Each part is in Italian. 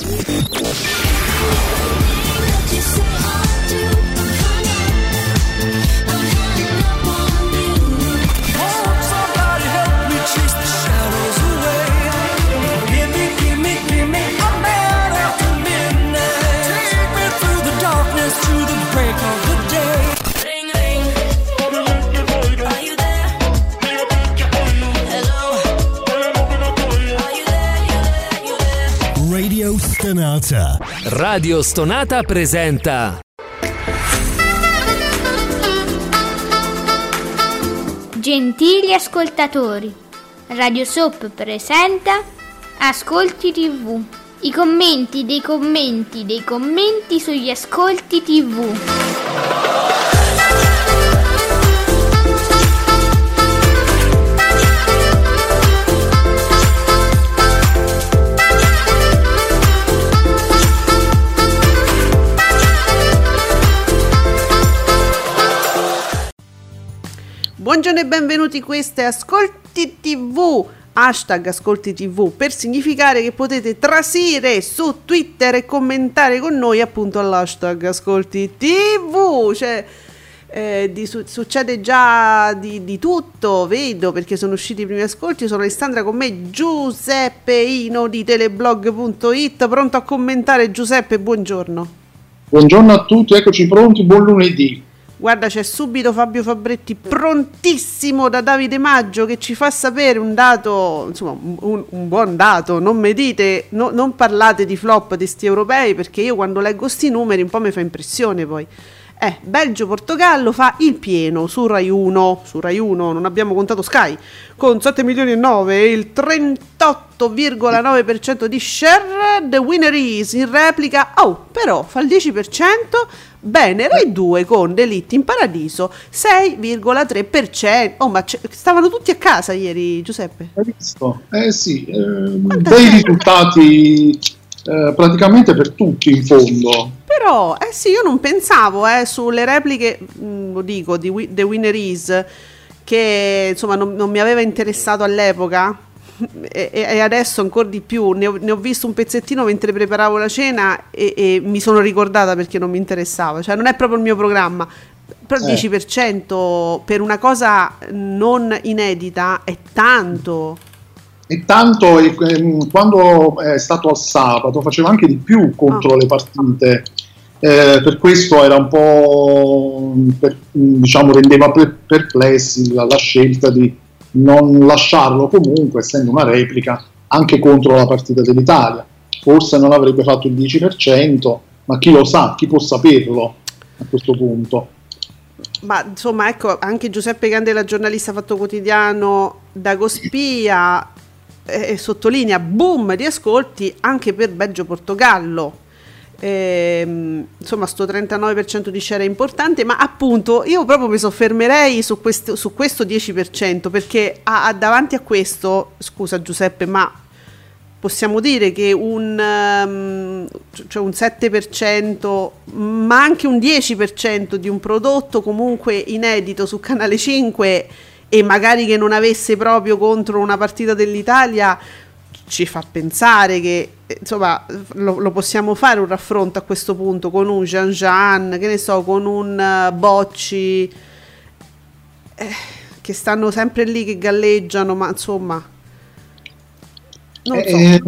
Radio Stonata presenta Gentili ascoltatori, Radio Soap presenta Ascolti TV. I commenti dei commenti dei commenti sugli ascolti TV. Buongiorno e benvenuti, questo è Ascolti TV, hashtag Ascolti TV, per significare che potete trasire su Twitter e commentare con noi appunto all'hashtag Ascolti TV. Cioè, succede già di tutto, vedo, perché sono usciti i primi ascolti. Sono Alessandra, con me Giuseppe Ino di teleblog.it, pronto a commentare. Giuseppe, buongiorno. Buongiorno a tutti, eccoci pronti, buon lunedì. Guarda, c'è subito Fabio Fabretti prontissimo da Davide Maggio che ci fa sapere un dato, insomma un buon dato. Non mi dite, non parlate di flop di sti europei, perché io quando leggo sti numeri un po' mi fa impressione. Poi Belgio-Portogallo fa il pieno su Rai 1, non abbiamo contato Sky, con 7 milioni e 9 e il 38,9% di share. The winner is in replica, però fa il 10%. Bene, Rai 2 con Delitto in Paradiso 6,3%. Ma stavano tutti a casa ieri, Giuseppe? Hai visto? Sì, bei risultati praticamente per tutti in fondo. Però, sì, io non pensavo sulle repliche, lo dico, di The Winner Is, che insomma non mi aveva interessato all'epoca. E adesso ancora di più, ne ho visto un pezzettino mentre preparavo la cena e mi sono ricordata perché non mi interessava, cioè non è proprio il mio programma, però il 10% per una cosa non inedita è tanto. E tanto, quando è stato al sabato faceva anche di più contro le partite, per questo era un po' rendeva perplessi la scelta di non lasciarlo comunque, essendo una replica anche contro la partita dell'Italia. Forse non avrebbe fatto il 10%, ma chi lo sa, chi può saperlo a questo punto. Ma insomma, ecco, anche Giuseppe Candela, giornalista Fatto Quotidiano, Dagospia, sottolinea boom di ascolti anche per Belgio-Portogallo. Insomma, sto 39% di share è importante, ma appunto io proprio mi soffermerei su questo 10%, perché davanti a questo, scusa Giuseppe, ma possiamo dire che un 7%, ma anche un 10% di un prodotto comunque inedito su Canale 5, e magari che non avesse proprio contro una partita dell'Italia, ci fa pensare che insomma lo possiamo fare un raffronto a questo punto con un Jean, che ne so, con un Bocci, che stanno sempre lì che galleggiano, ma insomma non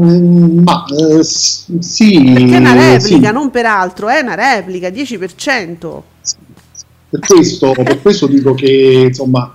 so. Sì, perché è una replica, sì. Non per altro, è una replica, 10%. Per questo dico che insomma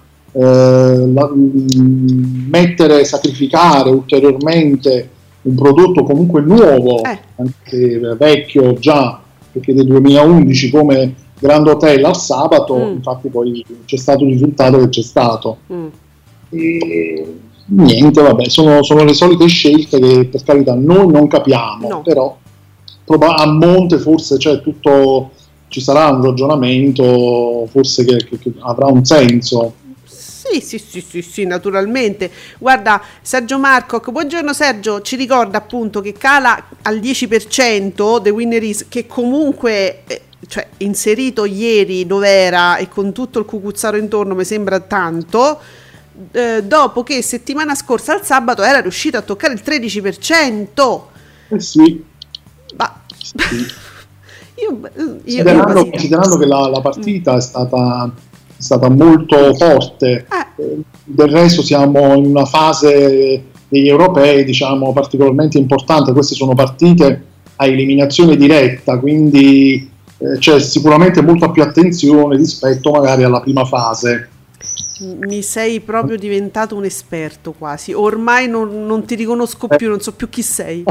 sacrificare ulteriormente un prodotto comunque nuovo, anche vecchio già, perché del 2011, come Grand Hotel al sabato, infatti poi c'è stato il risultato che c'è stato. E niente, vabbè, sono le solite scelte che per carità noi non capiamo, però a monte forse c'è tutto, ci sarà un ragionamento forse che avrà un senso. Sì, naturalmente. Guarda, Sergio Marcoc, buongiorno Sergio, ci ricorda appunto che cala al 10% The Winner Is, che comunque cioè inserito ieri dov'era e con tutto il cucuzzaro intorno mi sembra tanto, dopo che settimana scorsa al sabato era riuscito a toccare il 13%. Sì. Considerando che la partita è stata molto forte, del resto siamo in una fase degli europei, diciamo, particolarmente importante. Queste sono partite a eliminazione diretta, quindi c'è sicuramente molta più attenzione rispetto magari alla prima fase. Mi sei proprio diventato un esperto quasi, ormai non ti riconosco più, non so più chi sei.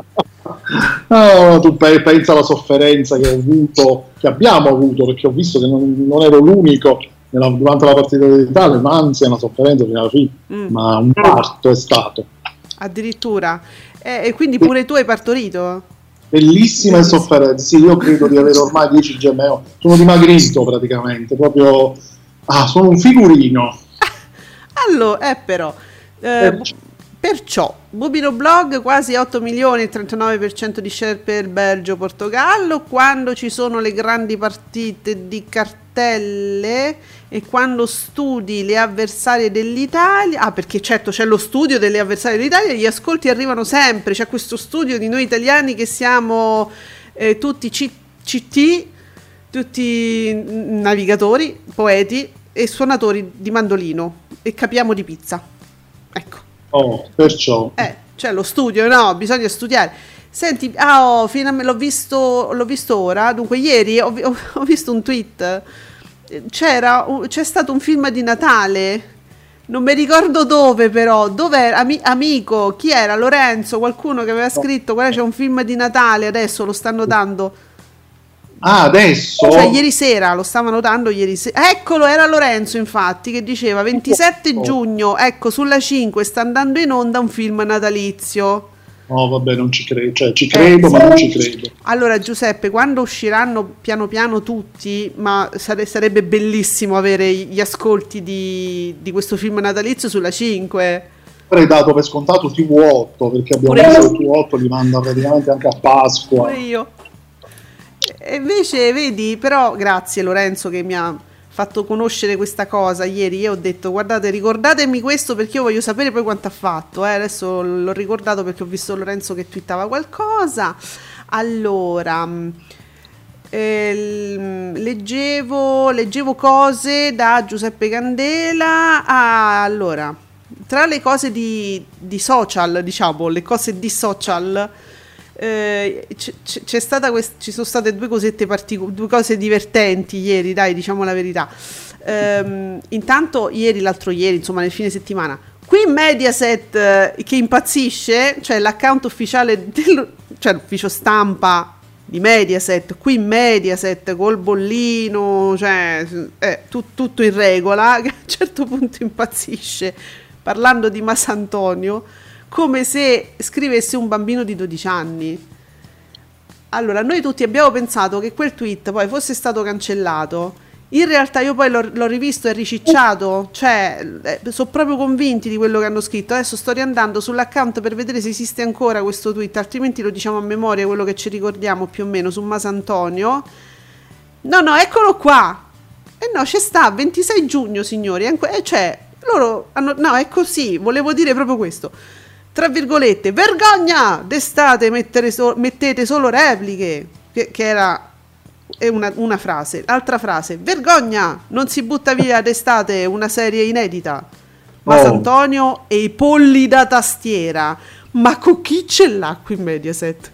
No, tu pensa alla sofferenza che abbiamo avuto, perché ho visto che non ero l'unico durante la partita dell'Italia, ma anzi è una sofferenza fino alla fine, ma un parto è stato. Addirittura. E quindi pure tu hai partorito? Bellissima e sofferenza, sì, io credo di avere ormai 10 gemelle, sono dimagrito praticamente, proprio, sono un figurino. Allora, però... Perciò, Bubino Blog, quasi 8 milioni, il 39% di share per Belgio, Portogallo. Quando ci sono le grandi partite di cartelle e quando studi le avversarie dell'Italia, perché certo c'è lo studio delle avversarie dell'Italia, gli ascolti arrivano sempre, c'è questo studio di noi italiani che siamo tutti CT, tutti navigatori, poeti e suonatori di mandolino e capiamo di pizza, ecco. Perciò c'è lo studio, no? Bisogna studiare. Senti, l'ho visto ora. Dunque, ieri ho visto un tweet. C'è stato un film di Natale. Non mi ricordo dove, però. Dov'era? Amico, chi era? Lorenzo, qualcuno che aveva scritto. Guarda, c'è un film di Natale. Adesso lo stanno dando. Adesso? Cioè, ieri sera, lo stavano dando ieri sera. Eccolo, era Lorenzo, infatti, che diceva 27 giugno, ecco, sulla 5 sta andando in onda un film natalizio. No, vabbè, non ci credo, cioè ci credo, ma non ci credo. Allora, Giuseppe, quando usciranno piano piano tutti, ma sarebbe bellissimo avere gli ascolti di questo film natalizio sulla 5. Avrei dato per scontato TV8, perché abbiamo visto che TV8 li manda praticamente anche a Pasqua. Pure io. E invece vedi, però grazie Lorenzo che mi ha fatto conoscere questa cosa ieri. Io ho detto guardate, ricordatemi questo perché io voglio sapere poi quanto ha fatto, adesso l'ho ricordato perché ho visto Lorenzo che twittava qualcosa. Allora leggevo cose da Giuseppe Candela. Allora, tra le cose di social, diciamo le cose di social, c'è stata ci sono state due cosette due cose divertenti ieri, dai, diciamo la verità. Intanto l'altro ieri, insomma nel fine settimana, qui Mediaset che impazzisce, cioè l'account ufficiale cioè l'ufficio stampa di Mediaset, qui Mediaset col bollino, cioè tutto in regola, che a un certo punto impazzisce parlando di Masantonio come se scrivesse un bambino di 12 anni. Allora, noi tutti abbiamo pensato che quel tweet poi fosse stato cancellato. In realtà io poi l'ho rivisto e ricicciato, cioè sono proprio convinti di quello che hanno scritto. Adesso sto riandando sull'account per vedere se esiste ancora questo tweet, altrimenti lo diciamo a memoria, quello che ci ricordiamo più o meno su Masantonio. No, eccolo qua. No, c'è sta, 26 giugno, signori. Cioè, loro hanno... No, è così, volevo dire proprio questo. Tra virgolette, vergogna d'estate, mettete solo repliche, che era una frase. Altra frase, vergogna, non si butta via d'estate una serie inedita. Masantonio e i polli da tastiera. Ma con chi ce l'ha qui in Mediaset?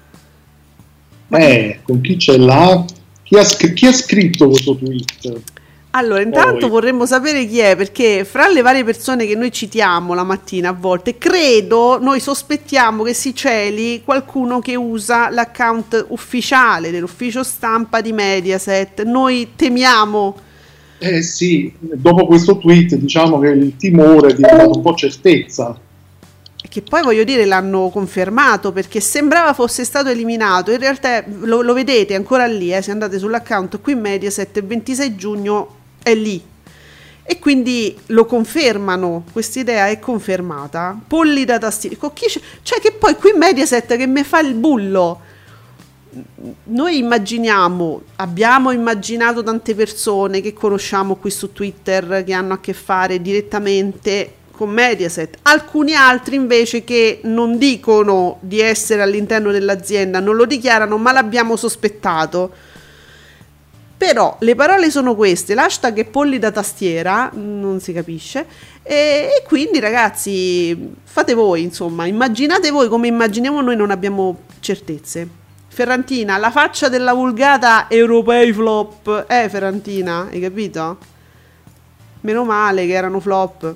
Con chi ce l'ha? Chi ha scritto questo tweet? Allora, intanto vorremmo sapere chi è, perché fra le varie persone che noi citiamo la mattina a volte, noi sospettiamo che si celi qualcuno che usa l'account ufficiale dell'ufficio stampa di Mediaset. Noi temiamo. Sì, dopo questo tweet diciamo che il timore è diventato un po' certezza. Che poi voglio dire l'hanno confermato, perché sembrava fosse stato eliminato, in realtà lo vedete ancora lì, se andate sull'account qui Mediaset, il 26 giugno è lì, e quindi lo confermano, questa idea è confermata. Polli da tastiera, cioè che poi qui Mediaset che mi fa il bullo. Noi abbiamo immaginato tante persone che conosciamo qui su Twitter che hanno a che fare direttamente con Mediaset, alcuni altri invece che non dicono di essere all'interno dell'azienda, non lo dichiarano, ma l'abbiamo sospettato. Però le parole sono queste, l'hashtag è polli da tastiera, non si capisce, e quindi ragazzi fate voi, insomma, immaginate voi come immaginiamo noi, non abbiamo certezze. Ferrantina, la faccia della vulgata europei flop, Ferrantina, hai capito? Meno male che erano flop.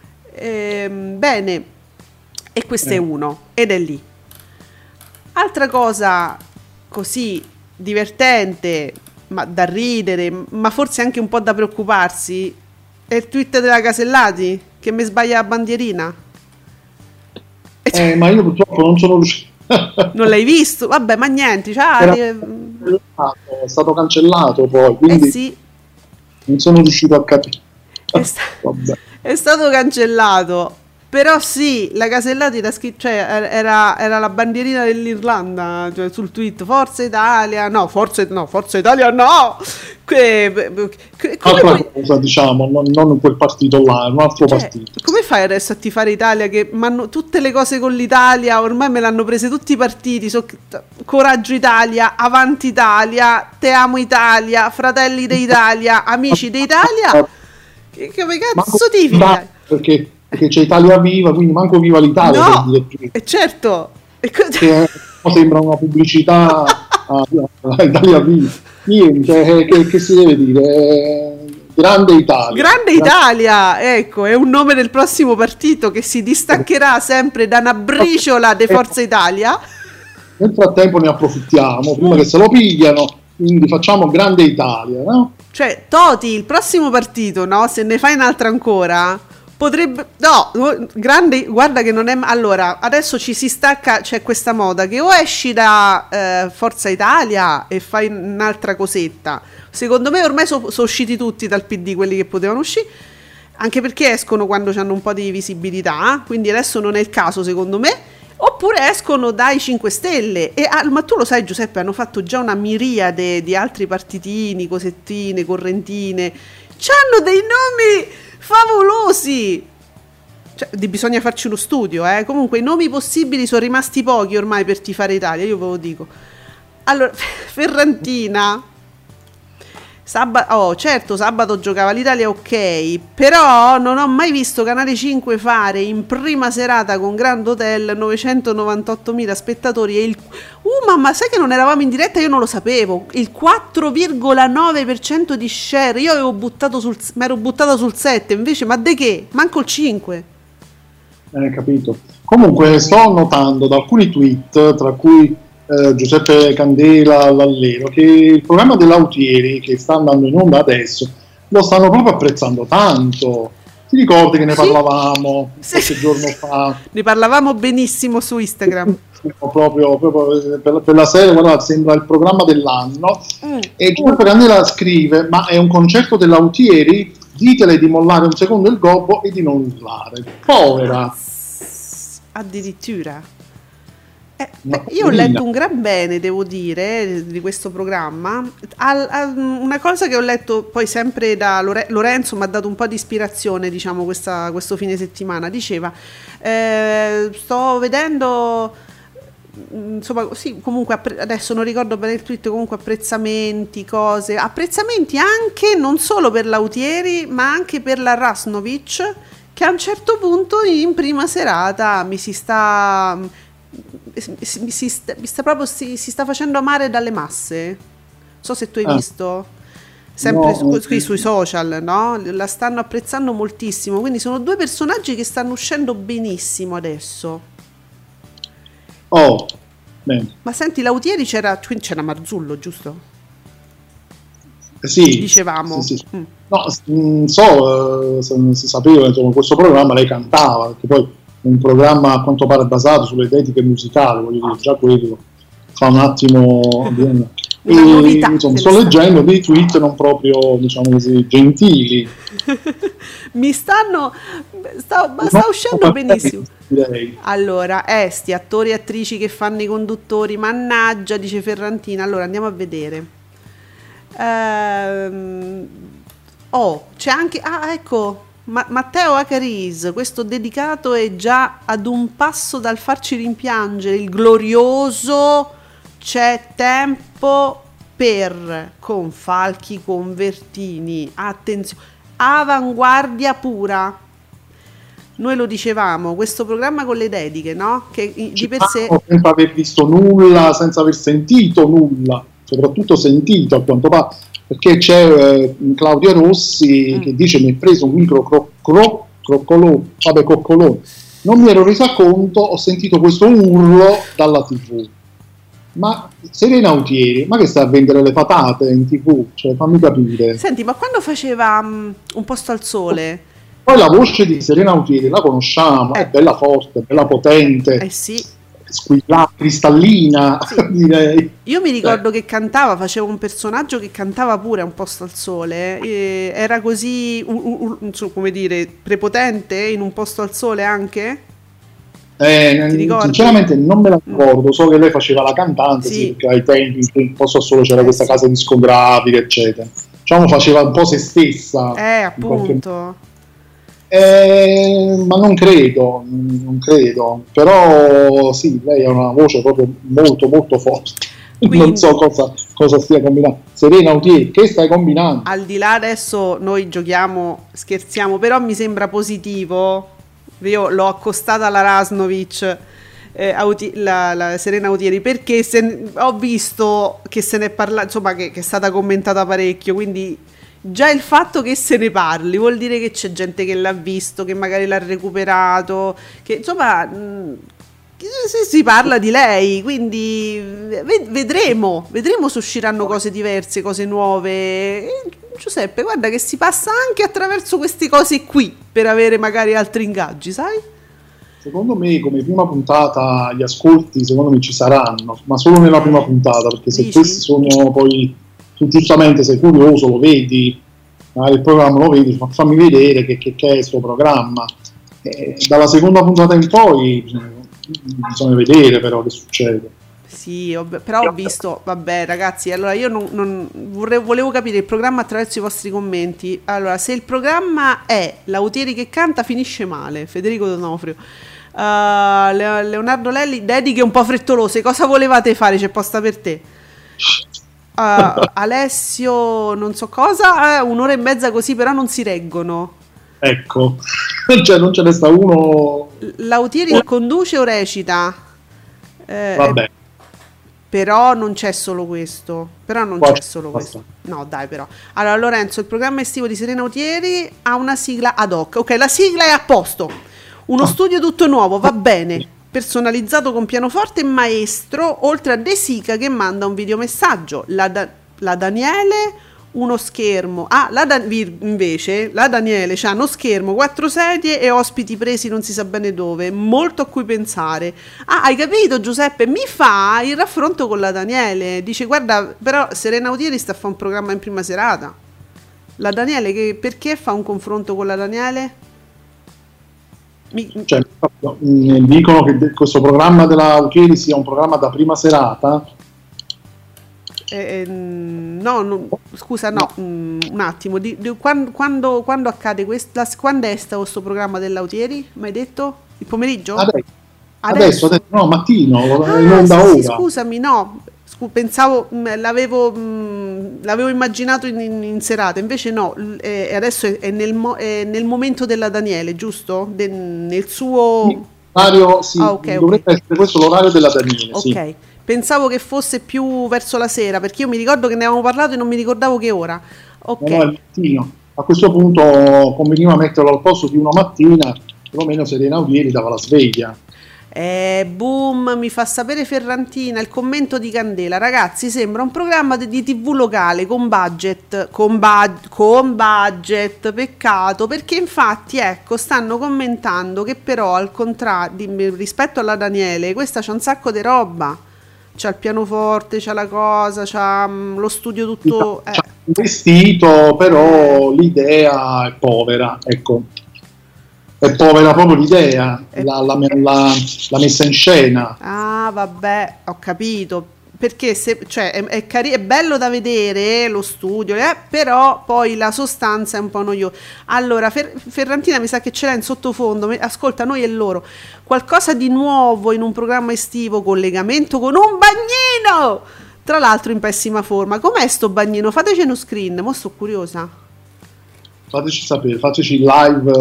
Bene, e questo è uno, ed è lì. Altra cosa così divertente, ma da ridere, ma forse anche un po' da preoccuparsi, è il tweet della Casellati che mi sbaglia la bandierina. Ma io purtroppo non sono riuscito. Non l'hai visto? Vabbè, ma niente, è stato cancellato poi, quindi sì. Non sono riuscito a capire. È stato cancellato, però sì, la Casellati era la bandierina dell'Irlanda, cioè sul tweet Forza Italia, Forza Italia no. Altra cosa, diciamo, non quel partito là, un altro partito. Come fai adesso a tifare Italia, che tutte le cose con l'Italia ormai me l'hanno prese tutti i partiti, Coraggio Italia, Avanti Italia, Te Amo Italia, Fratelli d'Italia, Amici d'Italia. Che cazzo tifi? Perché c'è Italia Viva, quindi manco Viva l'Italia. No, certo. Che sembra una pubblicità a Italia Viva. Niente, che si deve dire? Grande Italia. Grande Italia, ecco, è un nome del prossimo partito che si distaccherà sempre da una briciola di Forza Italia. Nel frattempo ne approfittiamo, prima che se lo pigliano, quindi facciamo Grande Italia, no? Cioè, Toti, il prossimo partito, no? Se ne fai un'altra ancora, potrebbe... No, grande, guarda che non è... Allora, adesso ci si stacca, c'è questa moda che o esci da Forza Italia e fai un'altra cosetta. Secondo me ormai sono usciti tutti dal PD, quelli che potevano uscire, anche perché escono quando hanno un po' di visibilità, quindi adesso non è il caso secondo me. Oppure escono dai 5 Stelle ma tu lo sai Giuseppe, hanno fatto già una miriade di altri partitini, cosettine, correntine, c'hanno dei nomi favolosi, cioè, bisogna farci uno studio, comunque i nomi possibili sono rimasti pochi ormai per tifare Italia, io ve lo dico. Allora, Ferrantina, certo, sabato giocava l'Italia, ok, però non ho mai visto Canale 5 fare in prima serata con Grand Hotel 998.000 spettatori e mamma, sai che non eravamo in diretta? Io non lo sapevo, il 4,9% di share, io mi ero buttato sul 7, invece, ma de che? Manco il 5. Capito. Comunque sto notando da alcuni tweet, tra cui Giuseppe Candela Lallero, che il programma dell'Autieri che sta andando in onda adesso lo stanno proprio apprezzando tanto. Ti ricordi che ne parlavamo qualche giorno fa? Ne parlavamo benissimo su Instagram. Proprio per la serie, guarda, sembra il programma dell'anno. E Giuseppe Candela scrive: ma è un concerto dell'Autieri? Ditele di mollare un secondo il gobbo e di non urlare. Povera. Addirittura. Io ho letto un gran bene, devo dire, di questo programma. Una cosa che ho letto poi sempre da Lorenzo mi ha dato un po' di ispirazione, diciamo, questo fine settimana. Diceva, sto vedendo, insomma, sì, comunque adesso non ricordo bene il tweet, comunque apprezzamenti anche non solo per l'Autieri, ma anche per la Rasnovic, che a un certo punto in prima serata si sta facendo amare dalle masse. Non so se tu hai visto, sempre qui sui social, no? La stanno apprezzando moltissimo, quindi sono due personaggi che stanno uscendo benissimo adesso. Bene. Ma senti, l'Autieri c'era Marzullo, giusto? Sì, dicevamo. Sì. No, si sapeva, insomma, questo programma lei cantava, perché poi un programma a quanto pare basato sulle tecniche musicali, voglio dire, già quello fa un attimo novità, insomma, sto leggendo dei tweet non proprio, diciamo così, gentili. sta uscendo benissimo. Allora, sti attori e attrici che fanno i conduttori, mannaggia, dice Ferrantina. Allora andiamo a vedere. C'è anche, ecco, Matteo Acaris, questo dedicato è già ad un passo dal farci rimpiangere il glorioso C'è tempo per, con Falchi Convertini, attenzione, avanguardia pura. Noi lo dicevamo, questo programma con le dediche, no? Che di per sé, senza aver visto nulla, senza aver sentito nulla, soprattutto sentito a quanto pare, perché c'è Claudia Rossi che dice: mi è preso un micro coccolone, non mi ero resa conto, ho sentito questo urlo dalla TV. Ma Serena Autieri, ma che sta a vendere le patate in TV? Cioè, fammi capire. Senti, ma quando faceva Un posto al sole? Poi la voce di Serena Autieri la conosciamo, è bella forte, bella potente, sì, squillata, cristallina, sì. Direi. Io mi ricordo che cantava, faceva un personaggio che cantava pure a Un posto al sole, era così, come dire, prepotente in Un posto al sole anche? Sinceramente non me la ricordo, so che lei faceva la cantante, sì, perché ai tempi in posto al sole c'era questa casa discografica, eccetera. Diciamo faceva un po' se stessa. Appunto. Ma non credo, però sì, lei ha una voce proprio molto molto forte. Quindi, non so cosa stia combinando. Serena Autieri, che stai combinando? Al di là, adesso noi giochiamo, scherziamo, però mi sembra positivo. Io l'ho accostata alla Rasnovic, la Serena Autieri, perché ho visto che se ne parla, insomma, che è stata commentata parecchio, quindi già il fatto che se ne parli vuol dire che c'è gente che l'ha visto, che magari l'ha recuperato, che insomma si parla di lei, quindi vedremo se usciranno cose diverse, cose nuove. Giuseppe, guarda che si passa anche attraverso queste cose qui per avere magari altri ingaggi, sai? Secondo me come prima puntata gli ascolti secondo me ci saranno, ma solo nella prima puntata, perché se questi sono poi, tu giustamente sei curioso, lo vedi, il programma lo vedi, fammi vedere che è questo programma. Dalla seconda puntata in poi bisogna vedere però che succede. Sì, però ho visto, vabbè ragazzi, allora io non volevo capire il programma attraverso i vostri commenti. Allora, se il programma è L'Autieri che canta, finisce male. Federico Donofrio, Leonardo Lelli, dediche un po' frettolose, cosa volevate fare? C'è posta per te. Alessio non so cosa, 1 ora e mezza così, però non si reggono. Ecco, cioè non ce ne sta uno. L'Autieri conduce o recita? Vabbè. Però non c'è solo questo. No, dai, però. Allora, Lorenzo, il programma estivo di Serena Autieri ha una sigla ad hoc. Ok, la sigla è a posto. Uno studio tutto nuovo, va bene. Personalizzato con pianoforte e maestro, oltre a De Sica che manda un videomessaggio. La Daniele, uno schermo. Invece, la Daniele c'ha uno schermo, 4 sedie e ospiti presi non si sa bene dove. Molto a cui pensare. Hai capito, Giuseppe? Mi fa il raffronto con la Daniele. Dice, guarda, però Serena Autieri sta a fare un programma in prima serata. La Daniele, perché fa un confronto con la Daniele? Dicono che questo programma della Autieri sia un programma da prima serata. Scusa, un attimo. Quando accade questo? Quando è questo programma dell'Autieri? Mi hai detto? Il pomeriggio? Adesso no, mattino, non da ora. Sì, scusami, no. Pensavo, l'avevo immaginato in serata, invece no. Adesso è nel momento della Daniele, giusto? Nel suo orario, sì, dovrebbe essere questo l'orario della Daniele. Ok. Sì. Pensavo che fosse più verso la sera, perché io mi ricordo che ne avevamo parlato e non mi ricordavo che ora. Ok. No, al mattino. A questo punto conveniva metterlo al posto di una mattina, perlomeno Serena Autieri dava la sveglia. Boom, mi fa sapere Ferrantina, il commento di Candela. Ragazzi, sembra un programma di TV locale con budget, peccato, perché infatti ecco stanno commentando che però al contrario rispetto alla Daniele, questa c'ha un sacco di roba. C'ha il pianoforte, c'ha la cosa, c'ha lo studio tutto. C'ha un vestito, però l'idea è povera, ecco. È povera proprio l'idea, la messa in scena. Vabbè, ho capito. perché cioè, è bello da vedere lo studio, però poi la sostanza è un po' noiosa. Allora, Ferrantina mi sa che ce l'ha in sottofondo, ascolta, noi e loro, qualcosa di nuovo in un programma estivo, collegamento con un bagnino, tra l'altro in pessima forma. Com'è sto bagnino? Fateci uno screen, mo sto curiosa. Fateci sapere, fateci il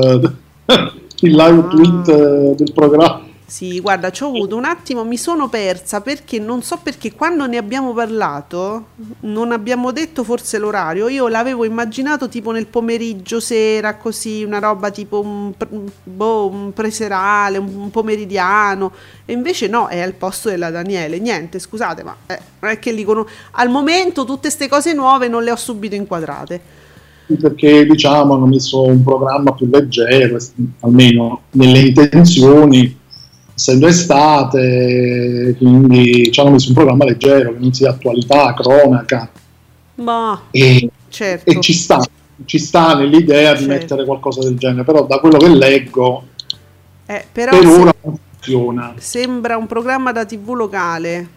live tweet del programma. Sì, guarda, ci ho avuto un attimo, mi sono persa perché non so perché quando ne abbiamo parlato non abbiamo detto forse l'orario, io l'avevo immaginato tipo nel pomeriggio, sera, così, una roba tipo un preserale, un pomeridiano, e invece no, è al posto della Daniele. Niente, scusate, ma non è che al momento tutte ste cose nuove non le ho subito inquadrate. Perché diciamo hanno messo un programma più leggero, almeno nelle intenzioni, essendo estate, quindi ci hanno messo un programma leggero che non sia attualità, cronaca, certo. E ci sta nell'idea di mettere qualcosa del genere, però da quello che leggo però per ora non funziona. Sembra un programma da TV locale.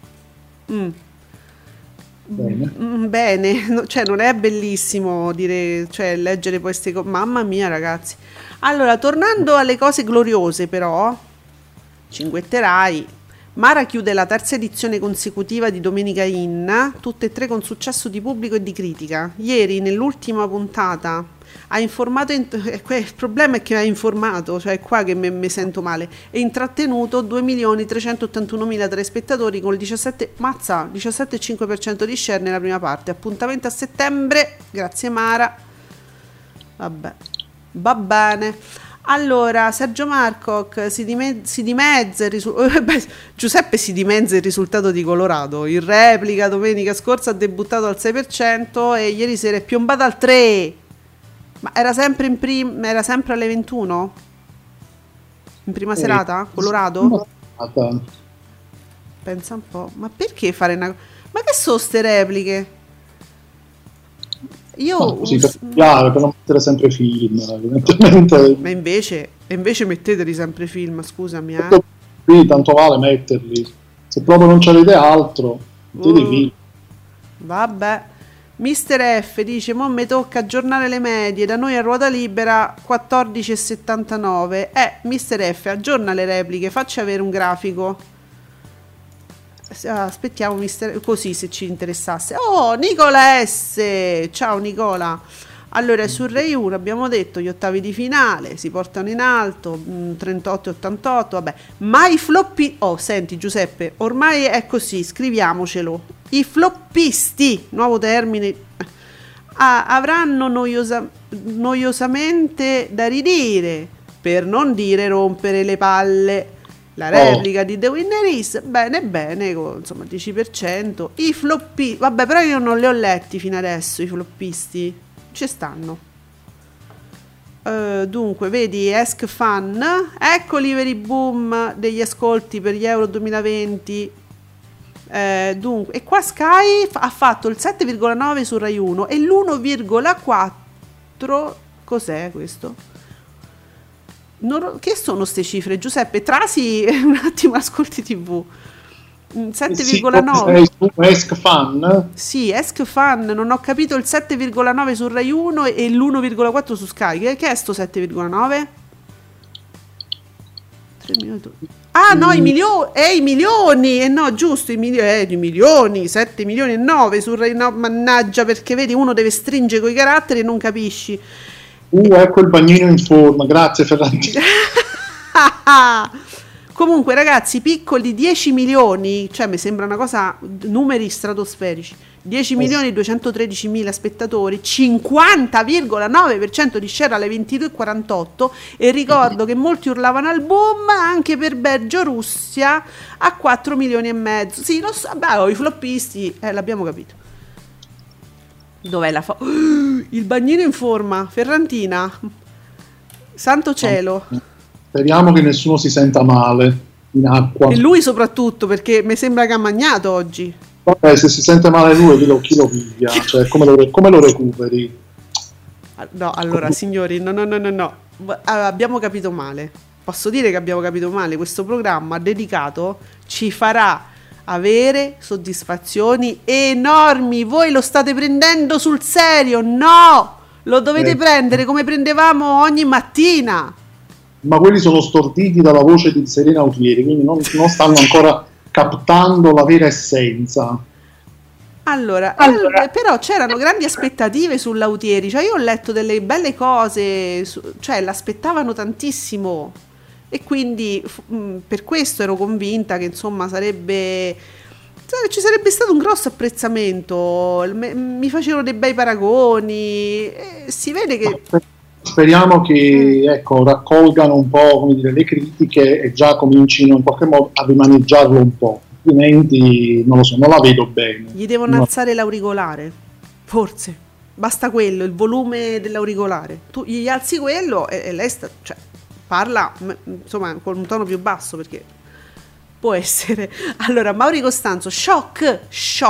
Bene. Cioè non è bellissimo dire, cioè leggere queste cose, mamma mia ragazzi. Allora, tornando alle cose gloriose, però cinguetterai, Mara chiude la terza edizione consecutiva di Domenica In, tutte e tre con successo di pubblico e di critica. Ieri nell'ultima puntata ha informato, il problema è che ha informato, cioè è qua che mi sento male, e intrattenuto 2.381.000 telespettatori con il 17,5% di share nella prima parte. Appuntamento a settembre, grazie Mara. Vabbè, va bene. Allora, Sergio Marcoc si dimezza Giuseppe si dimezza il risultato di Colorado. In replica domenica scorsa ha debuttato al 6% e ieri sera è piombato al 3%. Ma era sempre era sempre alle 21? In prima serata? Colorado? Pensa un po'. Ma perché fare una... Ma che sono ste repliche? Così per non mettere sempre film, evidentemente. Ma invece metteteli sempre film, scusami. Sì, tanto vale metterli. Se proprio non c'avete altro, mettetevi. Vabbè. Mister F dice: mo mi tocca aggiornare le medie, da noi a ruota libera 14,79. Mister F, aggiorna le repliche, facci avere un grafico. Aspettiamo così, se ci interessasse. Nicola S, ciao Nicola. Allora, su Rai 1 abbiamo detto gli ottavi di finale si portano in alto, 38-88, vabbè. Ma i floppi, senti Giuseppe, ormai è così, scriviamocelo. I floppisti, nuovo termine, avranno noiosamente da ridire, per non dire rompere le palle. La replica di The Winner Is, bene, insomma 10%. I floppisti, vabbè, però io non li ho letti fino adesso, i floppisti. Ci stanno. Dunque, vedi, Ask Fan, eccoli per i boom degli ascolti per gli Euro 2020. Dunque, e qua Sky ha fatto il 7,9 su Rai 1 e l'1,4. Cos'è questo? Che sono ste cifre, Giuseppe? Trasi un attimo, ascolti TV. 7,9 su Ask Fan. Sì, Ask Fan, non ho capito il 7,9 su Rai 1 e l'1,4 su Sky. Che è sto 7,9? 3 minuti. No, i milioni. No, giusto, i milioni, 7 milioni e 9 su Rai 9, mannaggia, perché vedi, uno deve stringere coi caratteri e non capisci. Ecco il bagnino in forma, grazie Ferrandi. Comunque ragazzi, piccoli 10 milioni, cioè mi sembra una cosa, numeri stratosferici. 10 milioni e 213 mila spettatori, 50,9% di share alle 22,48, e ricordo che molti urlavano al boom anche per Belgio Russia a 4 milioni e mezzo. Sì, lo so, i floppisti, l'abbiamo capito. Dov'è il bagnino in forma? Ferrantina, santo cielo. Speriamo che nessuno si senta male in acqua. E lui soprattutto, perché mi sembra che ha mangiato oggi. Vabbè, se si sente male lui, chi lo piglia? Cioè, come lo recuperi? No, allora, signori, no. Abbiamo capito male. Posso dire che abbiamo capito male. Questo programma dedicato ci farà avere soddisfazioni enormi. Voi lo state prendendo sul serio? No! Lo dovete prendere come prendevamo ogni mattina. Ma quelli sono storditi dalla voce di Serena Autieri, quindi non stanno ancora captando la vera essenza. Allora, però c'erano grandi aspettative sull'Autieri, cioè io ho letto delle belle cose, cioè l'aspettavano tantissimo e quindi per questo ero convinta che insomma ci sarebbe stato un grosso apprezzamento, mi facevano dei bei paragoni, si vede che... Speriamo che raccolgano un po', come dire, le critiche e già comincino in qualche modo a rimaneggiarlo un po'. Altrimenti non lo so, non la vedo bene. Gli devono alzare l'auricolare, forse basta quello, il volume dell'auricolare, tu gli alzi quello e lei parla insomma con un tono più basso, perché può essere. Allora, Mauri Costanzo, shock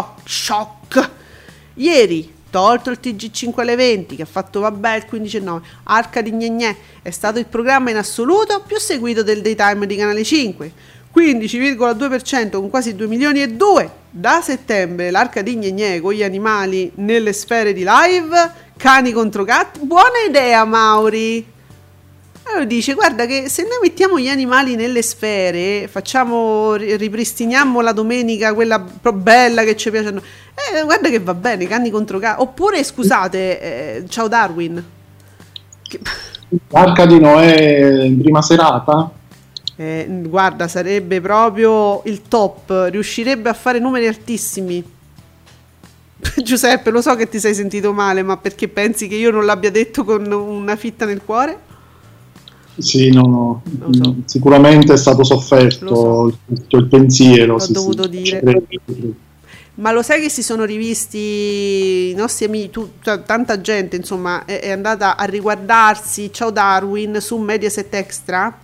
ieri tolto il TG5 alle 20 che ha fatto vabbè il 15-9, Arca di Gnegnè è stato il programma in assoluto più seguito del daytime di Canale 5, 15,2% con quasi 2 milioni e 2. Da settembre l'Arca di Gnegnè con gli animali nelle sfere di live, cani contro gatti, buona idea Mauri. Allora dice, guarda che se noi mettiamo gli animali nelle sfere, ripristiniamo la domenica quella bella che ci piace, guarda che va bene, cani contro gatti. Oppure scusate, ciao Darwin, L'Arca di Noè in prima serata? Guarda, sarebbe proprio il top, riuscirebbe a fare numeri altissimi. Giuseppe, lo so che ti sei sentito male, ma perché pensi che io non l'abbia detto con una fitta nel cuore? Sì, no. Sicuramente è stato sofferto il pensiero. L'ho dovuto dire. Ma lo sai che si sono rivisti i nostri amici, tanta gente insomma è andata a riguardarsi Ciao Darwin su Mediaset Extra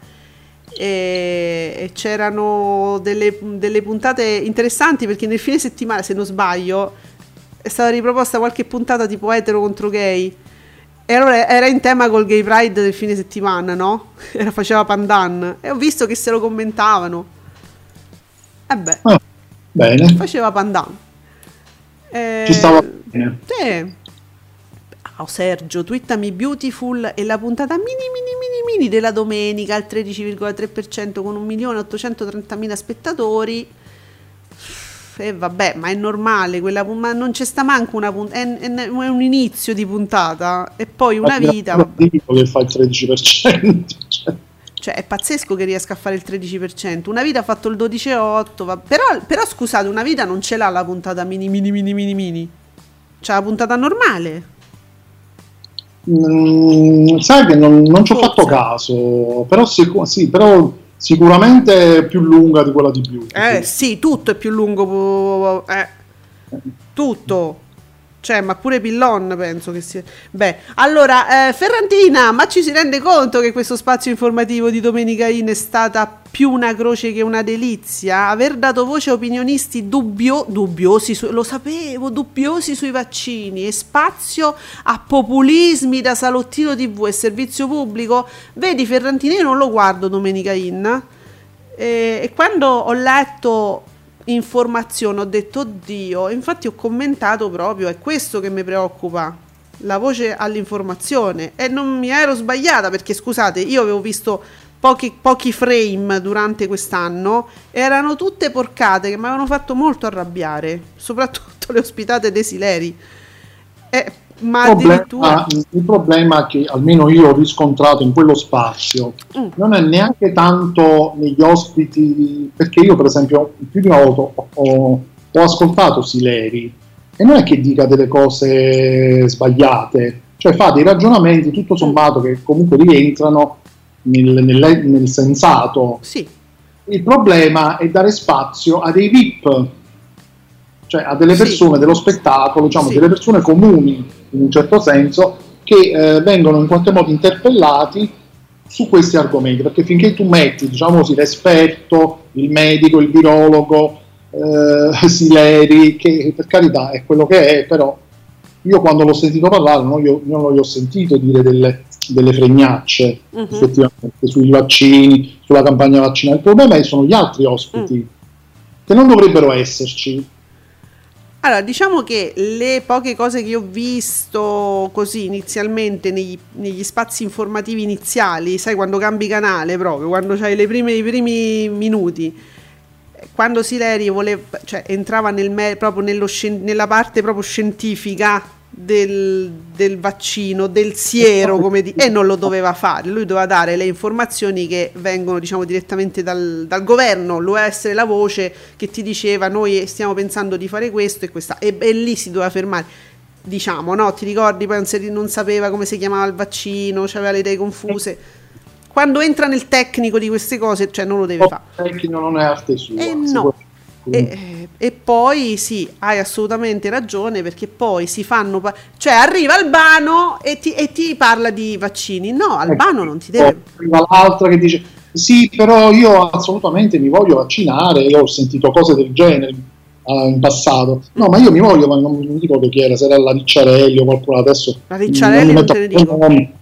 e c'erano delle puntate interessanti, perché nel fine settimana, se non sbaglio, è stata riproposta qualche puntata tipo etero contro gay, e allora era in tema col gay pride del fine settimana, no? Faceva pandan e ho visto che se lo commentavano. Bene. Faceva pandan. Ci stava bene. Sergio, twittami Beautiful e la puntata mini della domenica al 13,3% con 1.830.000 spettatori. E vabbè, ma è normale quella, ma non c'è sta manco una puntata, è un inizio di puntata e poi una vita. Che fa il 13%. Cioè è pazzesco che riesca a fare il 13%. Una vita ha fatto il 12,8%. Però scusate, una vita non ce l'ha la puntata mini. C'ha la puntata normale. Sai che non ci ho fatto caso. Però sicuramente è più lunga di quella di più. Sì, tutto è più lungo. Tutto. Cioè, ma pure Pillon penso che sia. Beh, allora, Ferrantina, ma ci si rende conto che questo spazio informativo di Domenica In è stata più una croce che una delizia? Aver dato voce a opinionisti dubbiosi, lo sapevo, dubbiosi sui vaccini e spazio a populismi da salottino TV e servizio pubblico. Vedi, Ferrantina, io non lo guardo Domenica In e quando ho letto informazione ho detto oddio, infatti ho commentato proprio, è questo che mi preoccupa, la voce all'informazione, e non mi ero sbagliata, perché scusate, io avevo visto pochi frame durante quest'anno, erano tutte porcate che mi avevano fatto molto arrabbiare, soprattutto le ospitate desileri, ma addirittura il problema che almeno io ho riscontrato in quello spazio non è neanche tanto negli ospiti, perché io per esempio più di una volta ho ascoltato Sileri e non è che dica delle cose sbagliate, cioè fa dei ragionamenti tutto sommato che comunque rientrano nel sensato. Sì. Il problema è dare spazio a dei VIP, cioè a delle persone dello spettacolo, diciamo delle persone comuni in un certo senso, che vengono in qualche modo interpellati su questi argomenti, perché finché tu metti, diciamo così, l'esperto, il medico, il virologo, Sileri, che per carità è quello che è, però io quando l'ho sentito parlare non gli ho sentito dire delle fregnacce effettivamente sui vaccini, sulla campagna vaccinale. Il problema sono gli altri ospiti. che non dovrebbero esserci. Allora, diciamo che le poche cose che ho visto così inizialmente negli spazi informativi iniziali, sai, quando cambi canale proprio, quando c'hai i primi minuti, quando Sileri entrava proprio nella parte proprio scientifica del vaccino, del siero, e non lo doveva fare, lui doveva dare le informazioni che vengono, diciamo, direttamente dal governo, doveva essere la voce che ti diceva noi stiamo pensando di fare questo e questa, e lì si doveva fermare, diciamo, no? Ti ricordi, poi non sapeva come si chiamava il vaccino, aveva le idee confuse. Quando entra nel tecnico di queste cose, cioè non lo deve fare. Il tecnico non è arte sua. No. E poi sì, hai assolutamente ragione, perché poi si fanno, cioè arriva Albano e ti parla di vaccini. No, Albano non ti deve. Arriva l'altra che dice sì, però io assolutamente mi voglio vaccinare, io ho sentito cose del genere in passato. No, ma io mi voglio, ma non mi ricordo chi era, se era la Ricciarelli o qualcuno adesso. La Ricciarelli non te ne dico.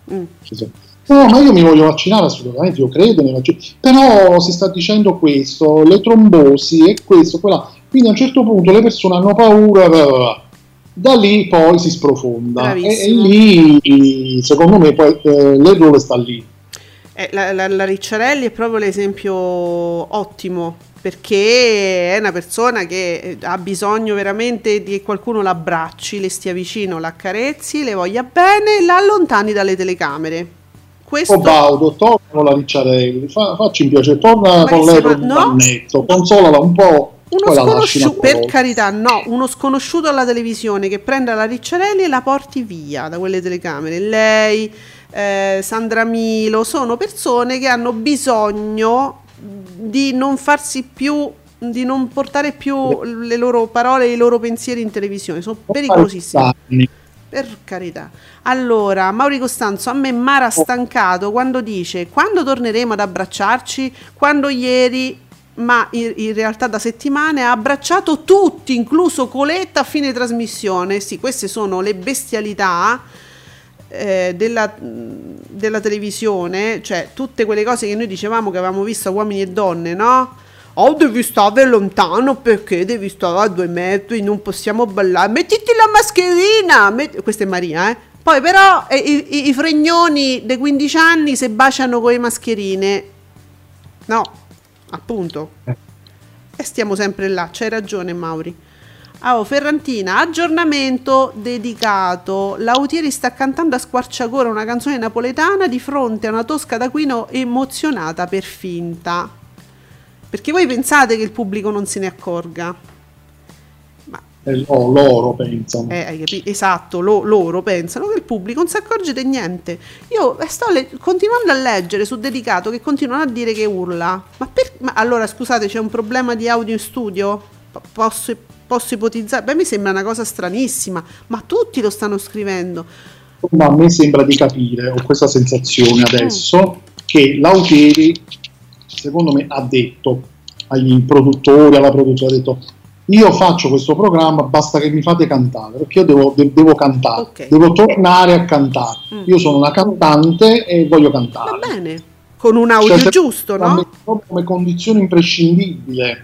No, ma io mi voglio vaccinare assolutamente, io credo nei vaccini, però si sta dicendo questo, le trombosi e questo, quella. Quindi a un certo punto le persone hanno paura, da lì poi si sprofonda e lì secondo me poi l'errore sta lì. La Ricciarelli è proprio l'esempio ottimo, perché è una persona che ha bisogno veramente di che qualcuno l'abbracci, le stia vicino, l'accarezzi, le voglia bene e la allontani dalle telecamere. Baudo, torna con la Ricciarelli, facci un piacere, torna con lei per un annetto, consolala un po'. Uno sconosciuto, per carità, no, uno sconosciuto alla televisione che prenda la Ricciarelli e la porti via da quelle telecamere. Lei, Sandra Milo, sono persone che hanno bisogno di non farsi più, di non portare più le loro parole e i loro pensieri in televisione, sono pericolosissimi. Per carità. Allora, Mauri Costanzo, a me Mara ha stancato quando dice quando torneremo ad abbracciarci, quando ieri, ma in realtà da settimane, ha abbracciato tutti, incluso Coletta a fine trasmissione. Sì, queste sono le bestialità della televisione, cioè tutte quelle cose che noi dicevamo che avevamo visto a Uomini e Donne, no? Oh, devi stare lontano perché devi stare a 2 metri, non possiamo ballare, mettiti la mascherina, questa è Maria, Poi però i fregnoni dei 15 anni se baciano con le mascherine, no, appunto, e stiamo sempre là, c'hai ragione Mauri. Ferrantina, aggiornamento dedicato, Lautieri sta cantando a squarciagola una canzone napoletana di fronte a una Tosca d'Aquino emozionata per finta. Perché voi pensate che il pubblico non se ne accorga? Ma loro pensano. Hai capito? Esatto, loro pensano che il pubblico non si accorge di niente. Io sto continuando a leggere su dedicato che continuano a dire che urla. Ma allora scusate, c'è un problema di audio in studio? Posso ipotizzare? Beh, mi sembra una cosa stranissima, ma tutti lo stanno scrivendo. Ma a me sembra di capire, ho questa sensazione adesso, che Lautieri, secondo me, ha detto agli produttori, alla produzione, ha detto io faccio questo programma, basta che mi fate cantare, perché io devo cantare, devo tornare a cantare. Io sono una cantante e voglio cantare. Va bene, con un audio giusto, no? Come condizione imprescindibile.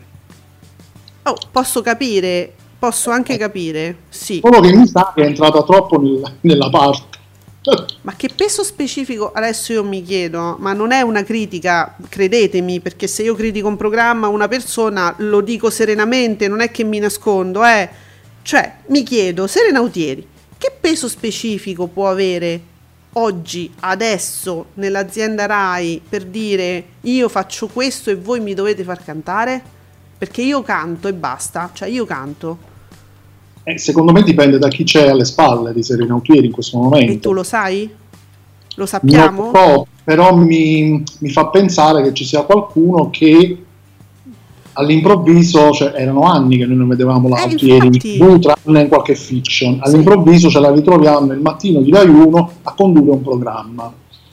Posso anche capire, sì. Solo che mi sa che è entrata troppo nella parte. Ma che peso specifico, adesso io mi chiedo, ma non è una critica, credetemi, perché se io critico un programma, una persona, lo dico serenamente, non è che mi nascondo, cioè mi chiedo, Serena Autieri, che peso specifico può avere oggi, adesso, nell'azienda Rai, per dire io faccio questo e voi mi dovete far cantare? Perché io canto e basta, cioè io canto. Secondo me dipende da chi c'è alle spalle di Serena Autieri in questo momento. E tu lo sai? Lo sappiamo? No, però mi fa pensare che ci sia qualcuno che all'improvviso, cioè erano anni che noi non vedevamo la Autieri in TV, tranne in qualche fiction, all'improvviso ce la ritroviamo il mattino di Rai 1 a condurre un programma.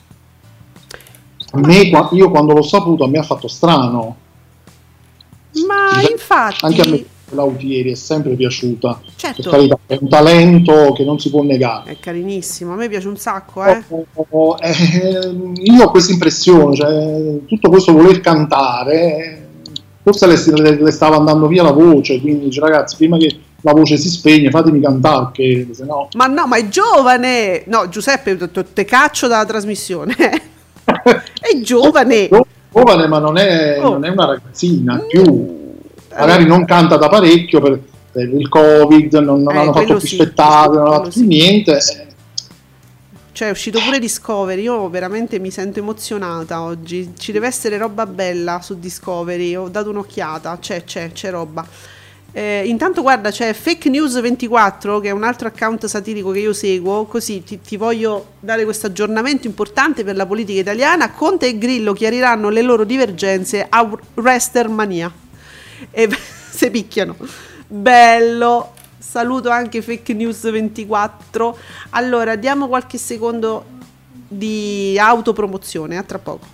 Io quando l'ho saputo a me ha fatto strano. Ma infatti anche a me Lautieri è sempre piaciuta, certo. Per carità, è un talento che non si può negare, è carinissimo, a me piace un sacco. Io ho questa impressione, cioè tutto questo voler cantare forse le stava andando via la voce, quindi dice: ragazzi, prima che la voce si spegne fatemi cantare, che se no... Ma no, ma è giovane! No, Giuseppe, te caccio dalla trasmissione. È giovane! Giovane, ma non è una ragazzina, più. Magari non canta da parecchio per il Covid, non hanno fatto più spettacoli, non hanno fatto più niente. Cioè è uscito pure Discovery, io veramente mi sento emozionata oggi, ci deve essere roba bella su Discovery, ho dato un'occhiata, c'è roba. Intanto guarda, c'è Fake News 24, che è un altro account satirico che io seguo, così ti voglio dare questo aggiornamento importante per la politica italiana. Conte e Grillo chiariranno le loro divergenze a Restermania e se picchiano, bello. Saluto anche Fake News 24. Allora, diamo qualche secondo di autopromozione, a tra poco.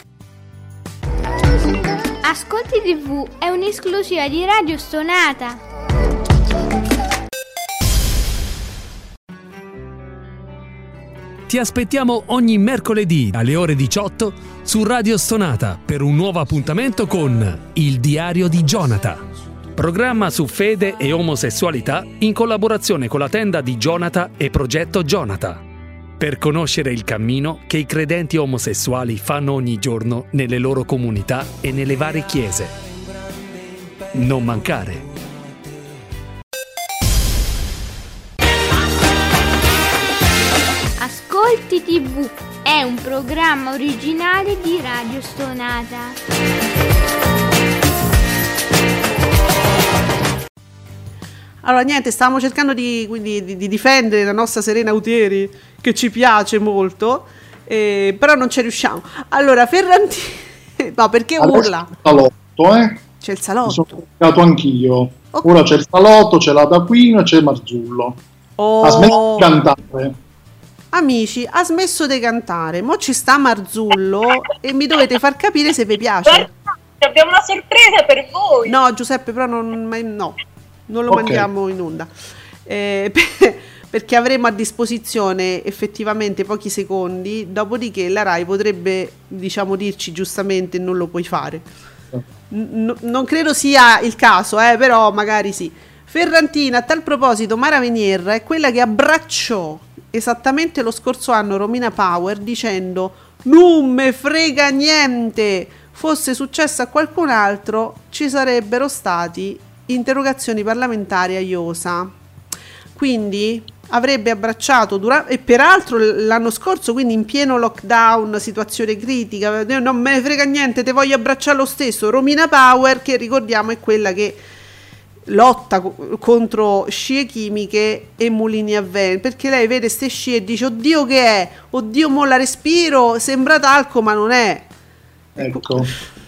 Ascolti TV è un'esclusiva di Radio Stonata. Ti aspettiamo ogni mercoledì alle ore 18 su Radio Stonata per un nuovo appuntamento con Il Diario di Jonathan. Programma su fede e omosessualità in collaborazione con la tenda di Jonathan e Progetto Jonathan, per conoscere il cammino che i credenti omosessuali fanno ogni giorno nelle loro comunità e nelle varie chiese. Non mancare! Ascolti TV è un programma originale di Radio Stonata. Allora niente, stavamo cercando di difendere la nostra Serena Autieri, che ci piace molto, però non ci riusciamo. Allora Ferrantini, no, perché urla? C'è il salotto, C'è il salotto. Mi sono collegato anch'io. Okay. Ora c'è il salotto, c'è l'Adaquino e c'è Marzullo. Ha smesso di cantare. Amici, ha smesso di cantare, mo ci sta Marzullo e mi dovete far capire se vi piace. Abbiamo una sorpresa per voi. No, Giuseppe, però non lo mandiamo in onda, perché avremo a disposizione effettivamente pochi secondi, dopodiché la Rai potrebbe, diciamo, dirci giustamente non lo puoi fare. Non credo sia il caso, però magari sì. Ferrantina, a tal proposito, Mara Venier è quella che abbracciò esattamente lo scorso anno Romina Power dicendo: non me frega niente, fosse successo a qualcun altro ci sarebbero stati interrogazioni parlamentari a Iosa. Quindi avrebbe abbracciato e peraltro l'anno scorso, quindi in pieno lockdown, situazione critica, non me ne frega niente, te voglio abbracciare lo stesso. Romina Power, che ricordiamo è quella che lotta contro scie chimiche e mulini a vento, perché lei vede ste scie e dice: oddio che è, oddio mo la respiro, sembra talco ma non è. Ecco.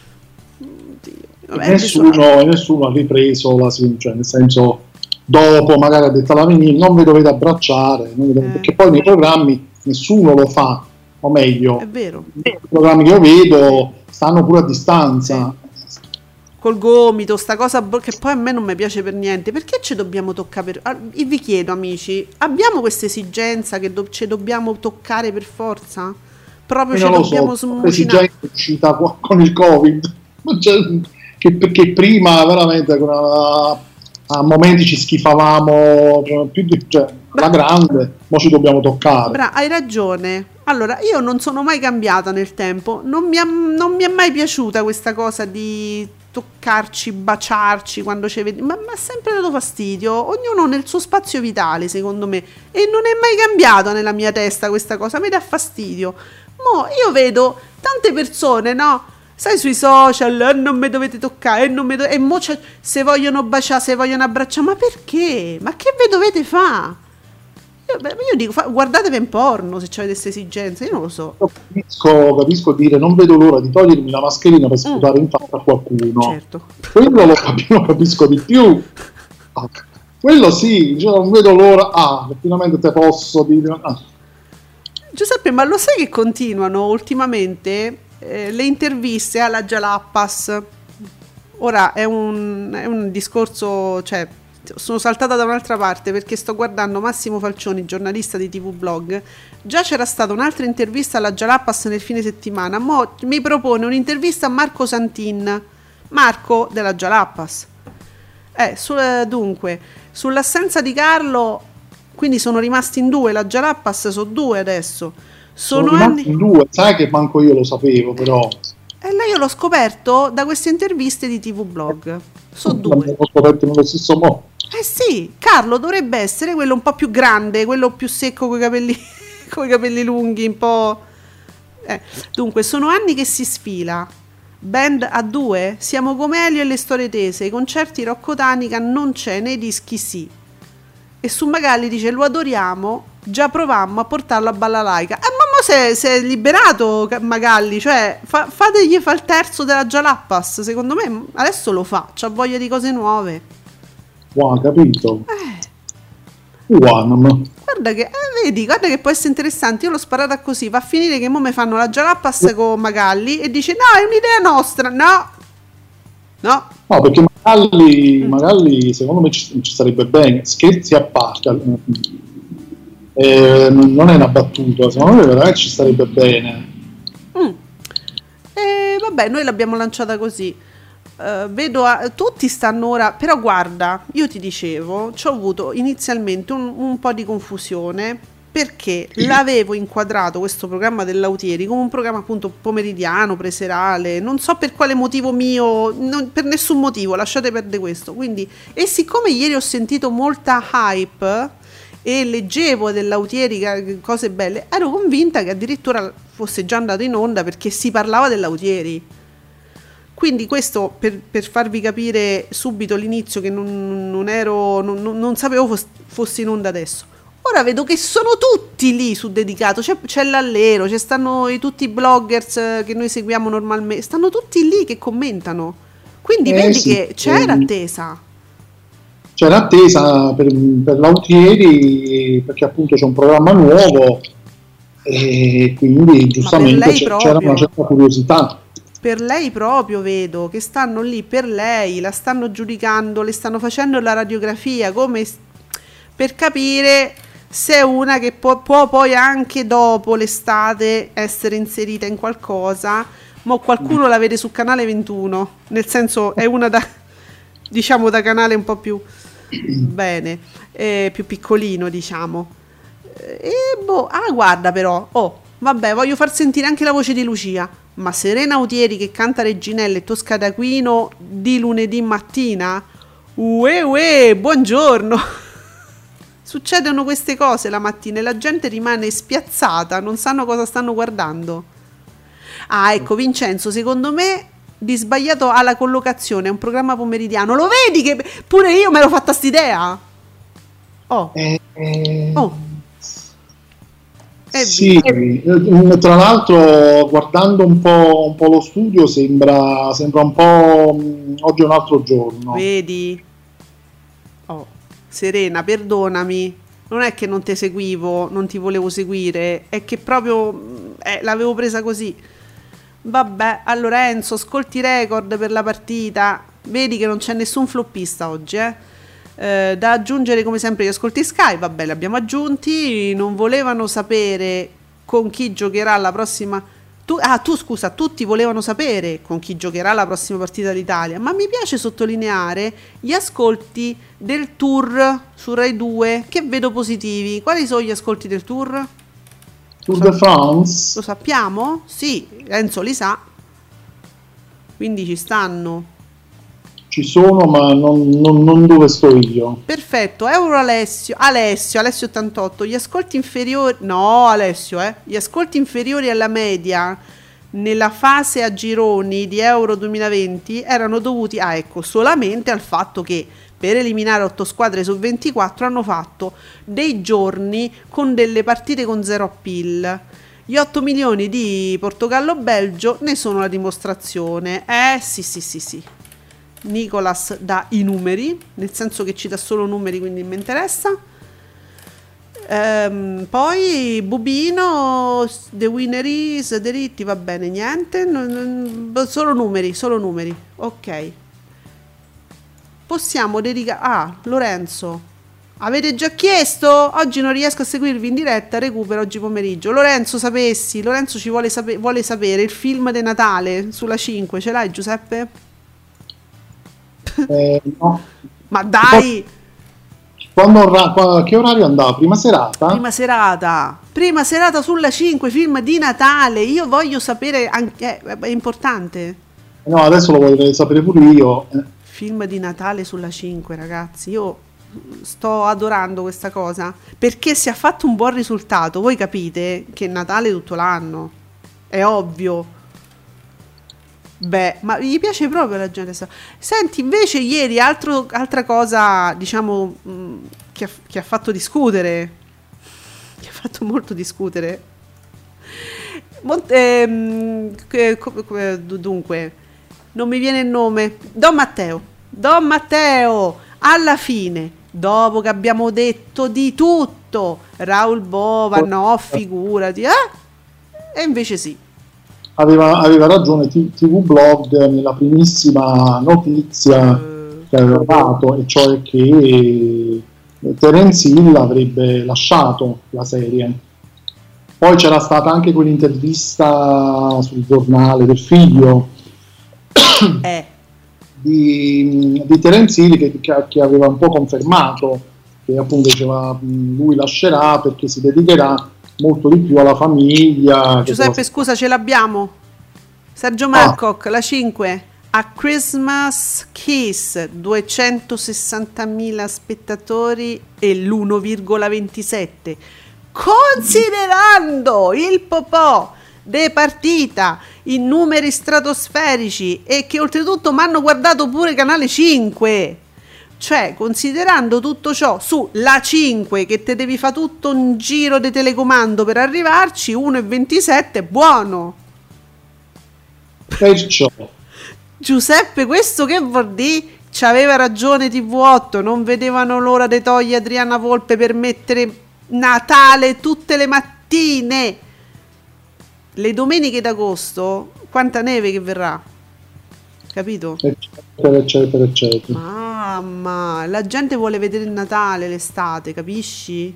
Nessuno ha ripreso cioè nel senso, dopo magari ha detto alla Venir non vi dovete abbracciare, perché poi nei programmi nessuno lo fa, o meglio, è vero, i programmi che io vedo stanno pure a distanza, col gomito, sta cosa che poi a me non mi piace per niente. Perché ci dobbiamo toccare io vi chiedo, amici, abbiamo questa esigenza che ci dobbiamo toccare per forza? Proprio ci dobbiamo smucinare? L'esigenza è uscita con il Covid, perché prima veramente a momenti ci schifavamo più la grande, ora ci dobbiamo toccare. Hai ragione. Allora, io non sono mai cambiata nel tempo, non mi è mai piaciuta questa cosa di toccarci, baciarci quando ci vedi, ma ha sempre dato fastidio, ognuno nel suo spazio vitale, secondo me, e non è mai cambiato nella mia testa questa cosa, mi dà fastidio. Mo io vedo tante persone, no? Sai, sui social, non mi dovete toccare, e mo se vogliono baciare, se vogliono abbracciare, ma perché? Ma che vi dovete fare? Io dico, guardatevi in porno se avete queste esigenze, io non lo so. Capisco dire non vedo l'ora di togliermi la mascherina per sputare in faccia a qualcuno. Certo. Quello lo capisco di più. Quello sì, non vedo l'ora. Finalmente te posso dire. Giuseppe, ma lo sai che continuano ultimamente le interviste alla Jalappas? Ora è un discorso, cioè sono saltata da un'altra parte perché sto guardando Massimo Falcioni, giornalista di TV Blog. Già c'era stata un'altra intervista alla Jalappas nel fine settimana, mo mi propone un'intervista a Marco Santin, Marco della Jalapas. Dunque, sull'assenza di Carlo, quindi sono rimasti in 2, la Jalapas sono 2 adesso. Sono rimasti in 2, sai che manco io lo sapevo, però. Io l'ho scoperto da queste interviste di TV Blog. Sono 2. L'ho scoperto nello stesso modo. Sì, Carlo dovrebbe essere quello un po' più grande, quello più secco coi capelli lunghi, un po'. Dunque, sono anni che si sfila. Band a 2, siamo come Elio e le storie tese, i concerti Rocco Tanica non c'è, nei dischi sì. E su Magalli dice: lo adoriamo, già provammo a portarlo a Balalaika. Ma si è liberato Magalli, cioè fategli fa il terzo della Jalapas, secondo me adesso lo fa, c'ha voglia di cose nuove. Wow, capito? Guarda che può essere interessante. Io l'ho sparata così, va a finire che mo me fanno la Jalapas con Magalli e dice no, è un'idea nostra. No, perché Magalli secondo me ci sarebbe bene. Scherzi a parte, non è una battuta, secondo me veramente ci starebbe bene. Vabbè, noi l'abbiamo lanciata così. Vedo tutti stanno ora, però guarda, io ti dicevo, ci ho avuto inizialmente un po' di confusione perché l'avevo inquadrato questo programma del Lautieri come un programma appunto pomeridiano, preserale, non so per quale motivo mio, per nessun motivo, lasciate perdere questo. Quindi, e siccome ieri ho sentito molta hype e leggevo del Lautieri cose belle, ero convinta che addirittura fosse già andato in onda perché si parlava del Lautieri. Quindi questo per farvi capire subito l'inizio che non sapevo fosse in onda adesso. Ora vedo che sono tutti lì su Dedicato, c'è l'Allero, ci stanno tutti i bloggers che noi seguiamo normalmente, stanno tutti lì che commentano. Quindi vedi che c'era attesa. C'era attesa per Lautieri perché appunto c'è un programma nuovo e quindi giustamente c'era una certa curiosità. Per lei proprio vedo che stanno lì per lei, la stanno giudicando, le stanno facendo la radiografia come per capire se è una che può poi anche dopo l'estate essere inserita in qualcosa. Ma qualcuno la vede su Canale 21, nel senso è una da canale un po' più bene, più piccolino diciamo. Guarda però, vabbè, voglio far sentire anche la voce di Lucia. Ma Serena Autieri che canta Reginelle e Tosca d'Aquino di lunedì mattina? Buongiorno! Succedono queste cose la mattina e la gente rimane spiazzata, non sanno cosa stanno guardando. Ecco Vincenzo, secondo me di sbagliato alla collocazione, è un programma pomeridiano. Lo vedi che pure io me l'ho fatta st'idea? Sì, tra l'altro guardando un po' lo studio sembra un po' oggi è un altro giorno. Vedi? Serena, perdonami, non è che non ti seguivo, non ti volevo seguire, è che proprio l'avevo presa così. Vabbè, allora Enzo, ascolti record per la partita, vedi che non c'è nessun floppista oggi, da aggiungere come sempre gli ascolti Sky, vabbè li abbiamo aggiunti, non volevano sapere con chi giocherà la prossima, tutti volevano sapere con chi giocherà la prossima partita d'Italia, ma mi piace sottolineare gli ascolti del tour su Rai 2 che vedo positivi. Quali sono gli ascolti del tour? Tour de France? Lo sappiamo? Sì, Enzo li sa, quindi ci stanno. Ci sono, ma non dove sto io. Perfetto, Euro Alessio 88, gli ascolti inferiori, no Alessio, gli ascolti inferiori alla media nella fase a gironi di Euro 2020 erano dovuti, solamente al fatto che per eliminare 8 squadre su 24 hanno fatto dei giorni con delle partite con 0 appeal. Gli 8 milioni di Portogallo-Belgio ne sono la dimostrazione. Sì. Nicolas dà i numeri, nel senso che ci dà solo numeri, quindi mi interessa. Poi Bubino, The Winner is Diritti, va bene, niente, solo numeri, ok. Possiamo dedicare Lorenzo, avete già chiesto? Oggi non riesco a seguirvi in diretta, recupero oggi pomeriggio. Lorenzo ci vuole sapere il film di Natale sulla 5, ce l'hai Giuseppe? No. Ma dai! Che orario andava? Prima serata? Prima serata sulla 5, film di Natale. Io voglio sapere, anche, è importante. No, adesso lo voglio sapere pure io. Film di Natale sulla 5, ragazzi. Io sto adorando questa cosa, perché se ha fatto un buon risultato, voi capite che è Natale tutto l'anno. È ovvio. Beh, ma gli piace proprio la gente. Senti, invece ieri altra cosa, diciamo, che ha fatto discutere, che ha fatto molto discutere. Dunque, non mi viene il nome. Don Matteo, alla fine, dopo che abbiamo detto di tutto, Raoul Bova, no, figurati, e invece sì. Aveva ragione TV Blog nella primissima notizia che aveva dato, e cioè che Terence Hill avrebbe lasciato la serie. Poi c'era stata anche quell'intervista sul giornale del figlio di Terence Hill che aveva un po' confermato che appunto diceva lui lascerà perché si dedicherà molto di più alla famiglia. Giuseppe, scusa, ce l'abbiamo. Sergio Marcoc, la 5, A Christmas Kiss, 260.000 spettatori e l'1,27. Considerando il popò de partita in numeri stratosferici e che oltretutto mi hanno guardato pure Canale 5. Cioè, considerando tutto ciò, su la 5 che te devi fare tutto un giro di telecomando per arrivarci, 1,27, buono. Perciò Giuseppe, questo che vuol dire? C'aveva ragione TV8, non vedevano l'ora di togliere Adriana Volpe per mettere Natale tutte le mattine. Le domeniche d'agosto, quanta neve che verrà, capito? Eccetera. Mamma, la gente vuole vedere il Natale, l'estate, capisci?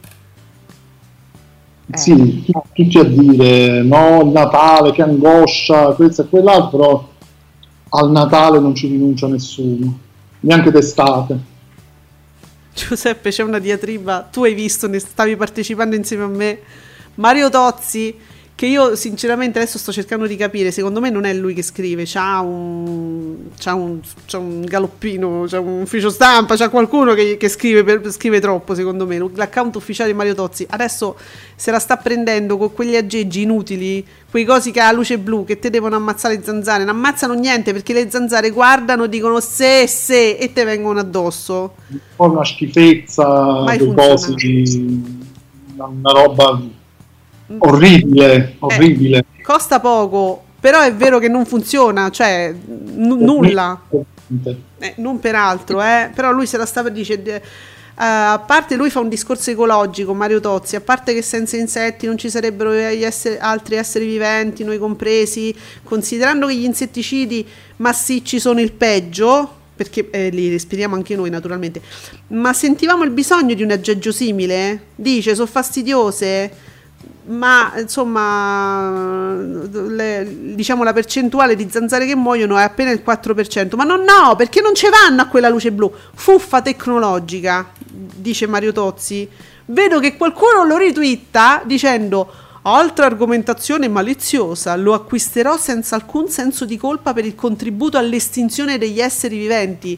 Sì, tutti a dire no, il Natale, che angoscia, questo e quell'altro, però al Natale non ci rinuncia nessuno, neanche d'estate. Giuseppe, c'è una diatriba, tu hai visto, ne stavi partecipando insieme a me, Mario Tozzi, che io sinceramente adesso sto cercando di capire, secondo me non è lui che scrive, c'ha un galoppino, c'ha un ufficio stampa, c'ha qualcuno che scrive troppo, secondo me. L'account ufficiale di Mario Tozzi adesso se la sta prendendo con quegli aggeggi inutili, quei cosi che ha la luce blu che te devono ammazzare le zanzare, non ammazzano niente perché le zanzare guardano, dicono se e te vengono addosso. Poi una schifezza, dei cosi, una roba orribile. Costa poco, però è vero che non funziona, cioè nulla, non peraltro, però lui se la sta per dire, a parte lui fa un discorso ecologico, Mario Tozzi, a parte che senza insetti non ci sarebbero altri esseri viventi, noi compresi, considerando che gli insetticidi massicci sono il peggio, perché li respiriamo anche noi naturalmente, ma sentivamo il bisogno di un aggeggio simile? Dice, sono fastidiose, ma insomma diciamo la percentuale di zanzare che muoiono è appena il 4%, ma no, perché non ci vanno a quella luce blu, fuffa tecnologica, dice Mario Tozzi. Vedo che qualcuno lo ritwitta dicendo altra argomentazione maliziosa, lo acquisterò senza alcun senso di colpa per il contributo all'estinzione degli esseri viventi.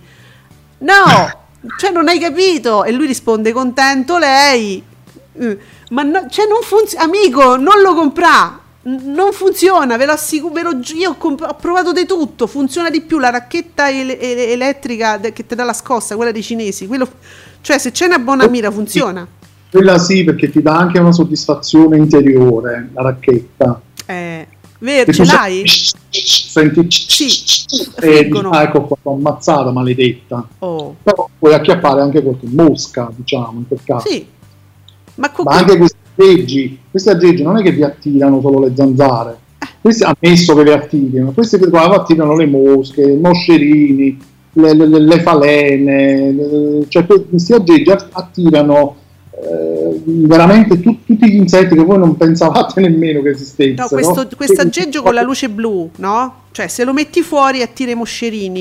No, cioè non hai capito. E lui risponde contento lei, ma no, cioè non funziona, amico, non lo comprà, non funziona, ve lo assicuro, io ho provato di tutto, funziona di più la racchetta elettrica che ti dà la scossa, quella dei cinesi, cioè se c'è una buona mira funziona. Quella sì, perché ti dà anche una soddisfazione interiore, la racchetta. Vero, ce l'hai? Senti, sì, ecco qua, l'ho ammazzata, maledetta. Però puoi acchiappare anche qualche mosca, diciamo, in quel caso. Sì. Ma anche questi aggeggi non è che vi attirano solo le zanzare, questi ammesso che vi attirano, questi che attirano le mosche, i moscerini, le falene, cioè questi aggeggi attirano veramente tutti gli insetti che voi non pensavate nemmeno che esistessero. No, questo aggeggio con la luce blu, no? Cioè se lo metti fuori attira i moscerini,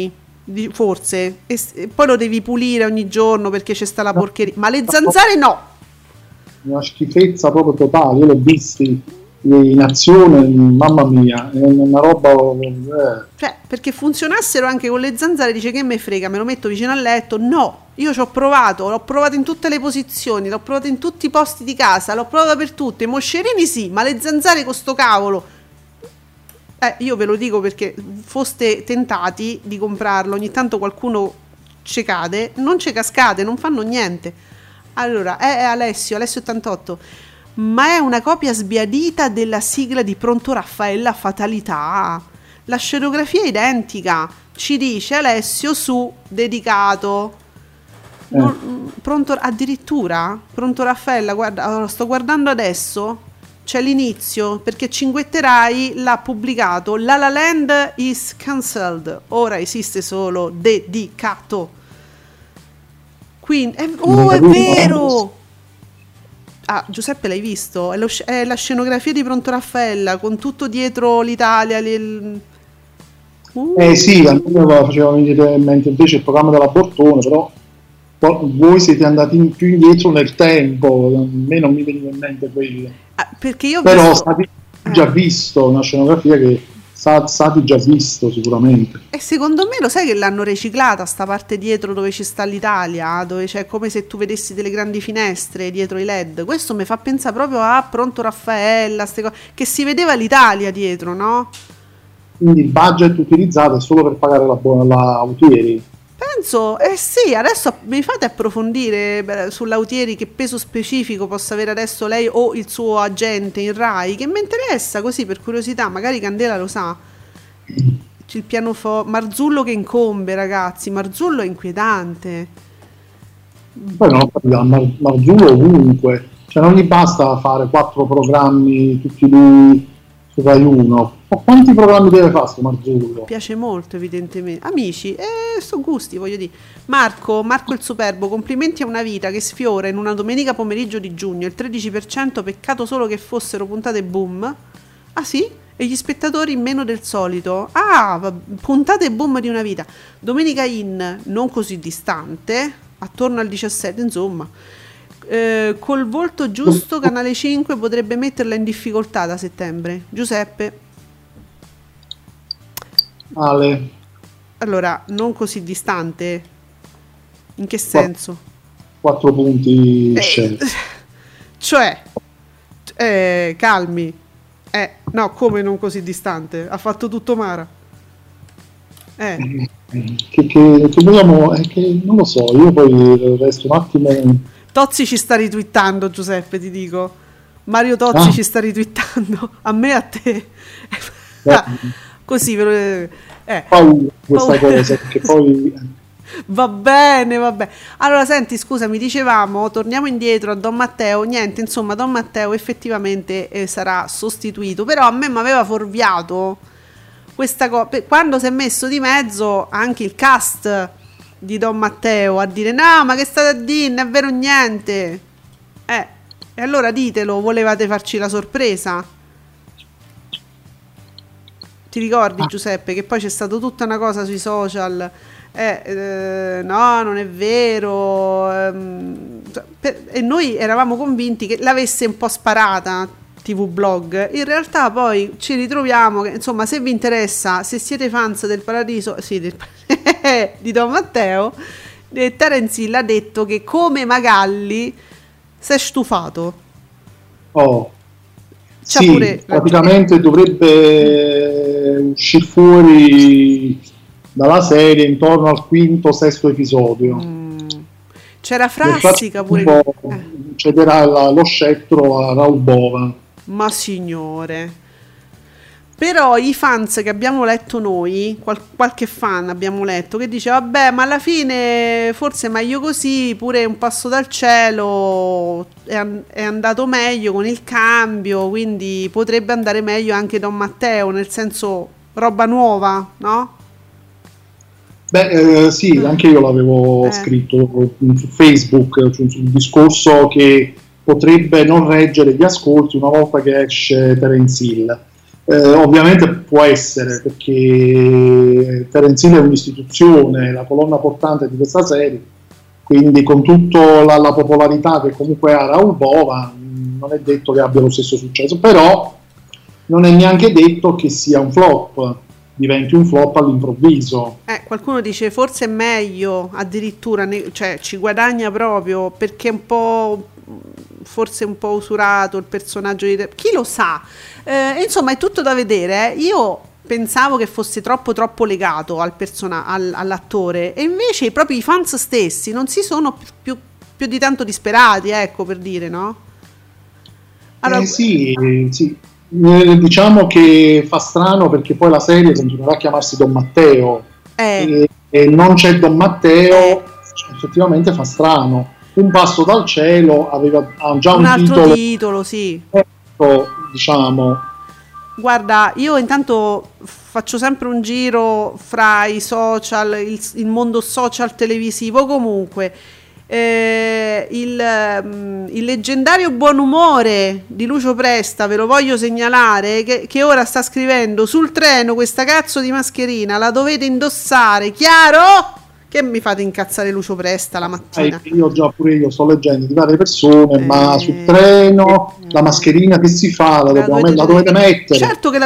forse, e poi lo devi pulire ogni giorno perché c'è sta la porcheria, ma le zanzare no. Una schifezza proprio totale, io l'ho visti in azione, mamma mia, è una roba cioè, perché funzionassero anche con le zanzare, dice che me frega, me lo metto vicino al letto. No, io ci ho provato, l'ho provato in tutte le posizioni, l'ho provato in tutti i posti di casa, l'ho provato dappertutto, i moscerini sì, ma le zanzare con sto cavolo, io ve lo dico perché foste tentati di comprarlo, ogni tanto qualcuno ci cade, non ci cascate, non fanno niente. Allora, è Alessio 88, ma è una copia sbiadita della sigla di Pronto Raffaella Fatalità. La scenografia è identica, ci dice Alessio su dedicato. Pronto, addirittura Pronto Raffaella, guarda, lo sto guardando adesso, c'è l'inizio, perché Cinguetterai l'ha pubblicato. La La Land is cancelled, ora esiste solo dedicato. Quindi è vero. Giuseppe, l'hai visto? È la scenografia di Pronto Raffaella con tutto dietro l'Italia. Sì, a me faceva venire in mente invece il programma della Bortone, però voi siete andati più indietro nel tempo, a me non mi veniva in mente quello. Perché io però stati già visto una scenografia che stati già visto sicuramente. E secondo me lo sai che l'hanno riciclata sta parte dietro dove ci sta l'Italia, dove c'è come se tu vedessi delle grandi finestre dietro i LED. Questo mi fa pensare proprio a Pronto Raffaella, che si vedeva l'Italia dietro, no? Quindi il budget utilizzato è solo per pagare la Autieri? Penso, sì, adesso mi fate approfondire sull'Autieri che peso specifico possa avere adesso lei o il suo agente in Rai, che mi interessa così per curiosità, magari Candela lo sa. Il pianoforte, Marzullo che incombe, ragazzi, Marzullo è inquietante. Poi non ho capito, Marzullo ovunque, cioè non gli basta fare 4 programmi tutti lui su Rai 1. Quanti programmi deve fare sto Marzullo? Piace molto evidentemente. Amici, sto gusti, voglio dire. Marco il Superbo, complimenti a una vita che sfiora in una domenica pomeriggio di giugno il 13%, peccato solo che fossero puntate boom. Ah sì? E gli spettatori meno del solito. Puntate boom di una vita. Domenica in non così distante, attorno al 17, insomma. Col volto giusto Canale 5 potrebbe metterla in difficoltà da settembre. Giuseppe. Ale. Allora, non così distante? In che senso? 4 punti cioè calmi. No, come non così distante? Ha fatto tutto Mara. Che vogliamo, che non lo so, io poi resto un attimo. Tozzi ci sta ritwittando, Giuseppe, ti dico. Mario Tozzi ci sta ritwittando, a me e a te. Così paura questa cosa, perché poi va bene. Allora senti, scusami, dicevamo, torniamo indietro a Don Matteo. Niente, insomma, Don Matteo effettivamente sarà sostituito, però a me mi aveva fuorviato questa cosa quando si è messo di mezzo anche il cast di Don Matteo a dire no, ma che state a dire, non è vero niente. E allora ditelo, volevate farci la sorpresa? Ti ricordi, Giuseppe, che poi c'è stata tutta una cosa sui social? No, non è vero. E noi eravamo convinti che l'avesse un po' sparata TV Blog. In realtà poi ci ritroviamo che, insomma, se vi interessa, se siete fans del Paradiso, di Don Matteo, Terence Hill ha detto che come Magalli si è stufato. Sì, pure praticamente dovrebbe uscire fuori dalla serie intorno al 5-6 episodio. C'era Frassica pure. Cederà lo scettro a Raul Bova. Ma signore. Però i fans che abbiamo letto noi, qualche fan abbiamo letto che dice vabbè, ma alla fine forse è meglio così, pure Un passo dal cielo è andato meglio con il cambio, quindi potrebbe andare meglio anche Don Matteo, nel senso roba nuova, no? Sì, anche io l'avevo scritto su Facebook, sul discorso che potrebbe non reggere gli ascolti una volta che esce Terence Hill. Ovviamente può essere, perché Terence Hill è un'istituzione, la colonna portante di questa serie, quindi con tutta la popolarità che comunque ha Raoul Bova, non è detto che abbia lo stesso successo, però non è neanche detto che sia un flop, diventi un flop all'improvviso. Qualcuno dice forse è meglio, addirittura, cioè ci guadagna proprio perché è un po', forse un po' usurato il personaggio di chi lo sa, insomma è tutto da vedere. Io pensavo che fosse troppo legato all'attore, e invece proprio i fans stessi non si sono più di tanto disperati, ecco, per dire, no? Allora, sì. Diciamo che fa strano, perché poi la serie continuerà a chiamarsi Don Matteo, e non c'è Don Matteo, effettivamente fa strano. Un passo dal cielo ha già un altro titolo, sì. Diciamo. Guarda, io intanto faccio sempre un giro fra i social, il mondo social televisivo, comunque. Il leggendario buon umore di Lucio Presta, ve lo voglio segnalare, che ora sta scrivendo: sul treno questa cazzo di mascherina la dovete indossare, chiaro? Che mi fate incazzare Lucio Presta la mattina. Pure io sto leggendo di varie persone, ma sul treno la mascherina che si fa? La dovete mettere. Certo che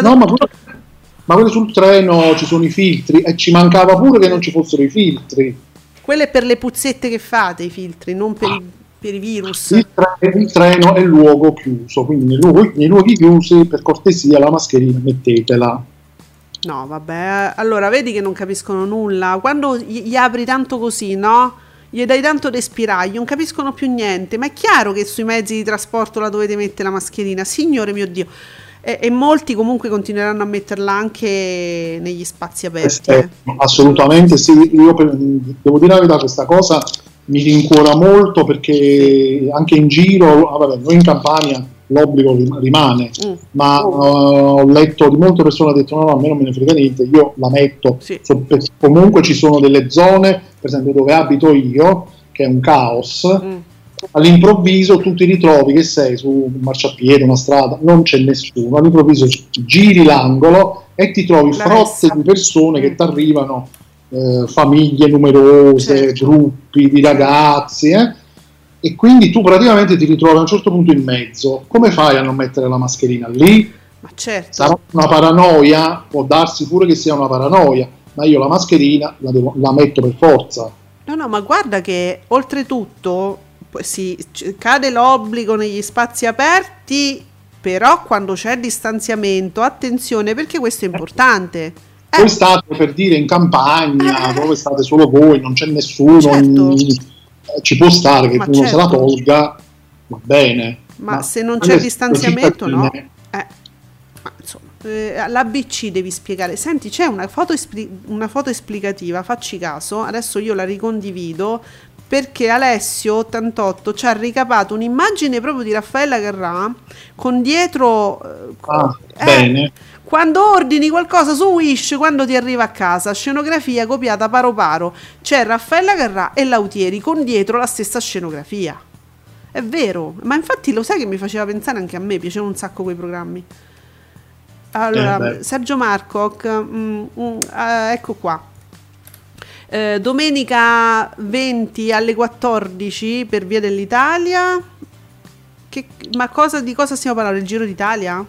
ma quello sul treno ci sono i filtri, e ci mancava pure che non ci fossero i filtri. Quello è per le puzzette che fate, i filtri, non per i virus. Il treno è luogo chiuso, quindi nei luoghi chiusi, per cortesia, la mascherina mettetela. No, vabbè, allora vedi che non capiscono nulla. Quando gli apri tanto così, no? Gli dai tanto respirare, non capiscono più niente. Ma è chiaro che sui mezzi di trasporto la dovete mettere la mascherina, signore mio Dio. E molti comunque continueranno a metterla anche negli spazi aperti. Assolutamente sì, io devo dire la verità, questa cosa mi rincuora molto, perché anche in giro, noi in Campania l'obbligo rimane, ma ho letto di molte persone che hanno detto no, a me non me ne frega niente, io la metto. Sì. Comunque ci sono delle zone, per esempio dove abito io, che è un caos. All'improvviso tu ti ritrovi che sei su un marciapiede, una strada, non c'è nessuno, all'improvviso giri l'angolo e ti trovi frotte di persone che ti arrivano, famiglie numerose, gruppi di ragazzi, e quindi tu praticamente ti ritrovi a un certo punto in mezzo. Come fai a non mettere la mascherina lì? Ma certo. Sarà una paranoia, può darsi pure che sia una paranoia, ma io la mascherina la metto per forza. No, ma guarda che oltretutto cade l'obbligo negli spazi aperti, però quando c'è distanziamento, attenzione, perché questo è importante. Voi state, per dire, in campagna, dove state solo voi, non c'è nessuno, certo. Ci può stare che uno se la tolga, va bene. Ma se non c'è distanziamento, no? Insomma, l'ABC devi spiegare. Senti, c'è una foto esplicativa, facci caso, adesso io la ricondivido, perché Alessio88 ci ha ricapato un'immagine proprio di Raffaella Carrà con dietro bene. Quando ordini qualcosa su Wish, quando ti arriva a casa, scenografia copiata paro paro, c'è Raffaella Carrà e Lautieri con dietro la stessa scenografia. È vero, ma infatti lo sai che mi faceva pensare anche a me, piacevano un sacco quei programmi. Allora, Sergio Marcoc, ecco qua. Domenica 20 alle 14 per Via dell'Italia. Di cosa stiamo parlando? Il Giro d'Italia?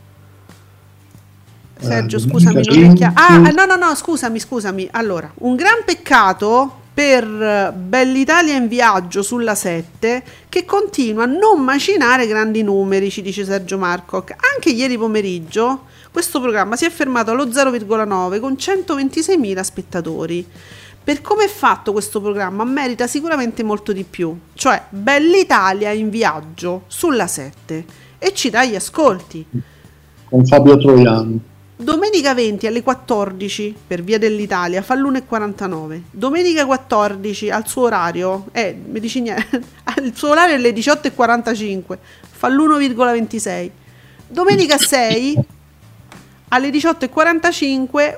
Sergio, scusami, non è chiaro. No, scusami. Allora, un gran peccato per Bell'Italia in viaggio sulla 7, che continua a non macinare grandi numeri, ci dice Sergio Marcoc. Anche ieri pomeriggio questo programma si è fermato allo 0,9 con 126.000 spettatori. Per come è fatto questo programma merita sicuramente molto di più, cioè Bell'Italia in viaggio sulla 7, e ci dà gli ascolti. Con Fabio Troiano. Domenica 20 alle 14 per Via dell'Italia fa l'1,49. Domenica 14 al suo orario, mi dici niente, il suo orario è le 18:45, fa l'1,26. Domenica 6 alle 18:45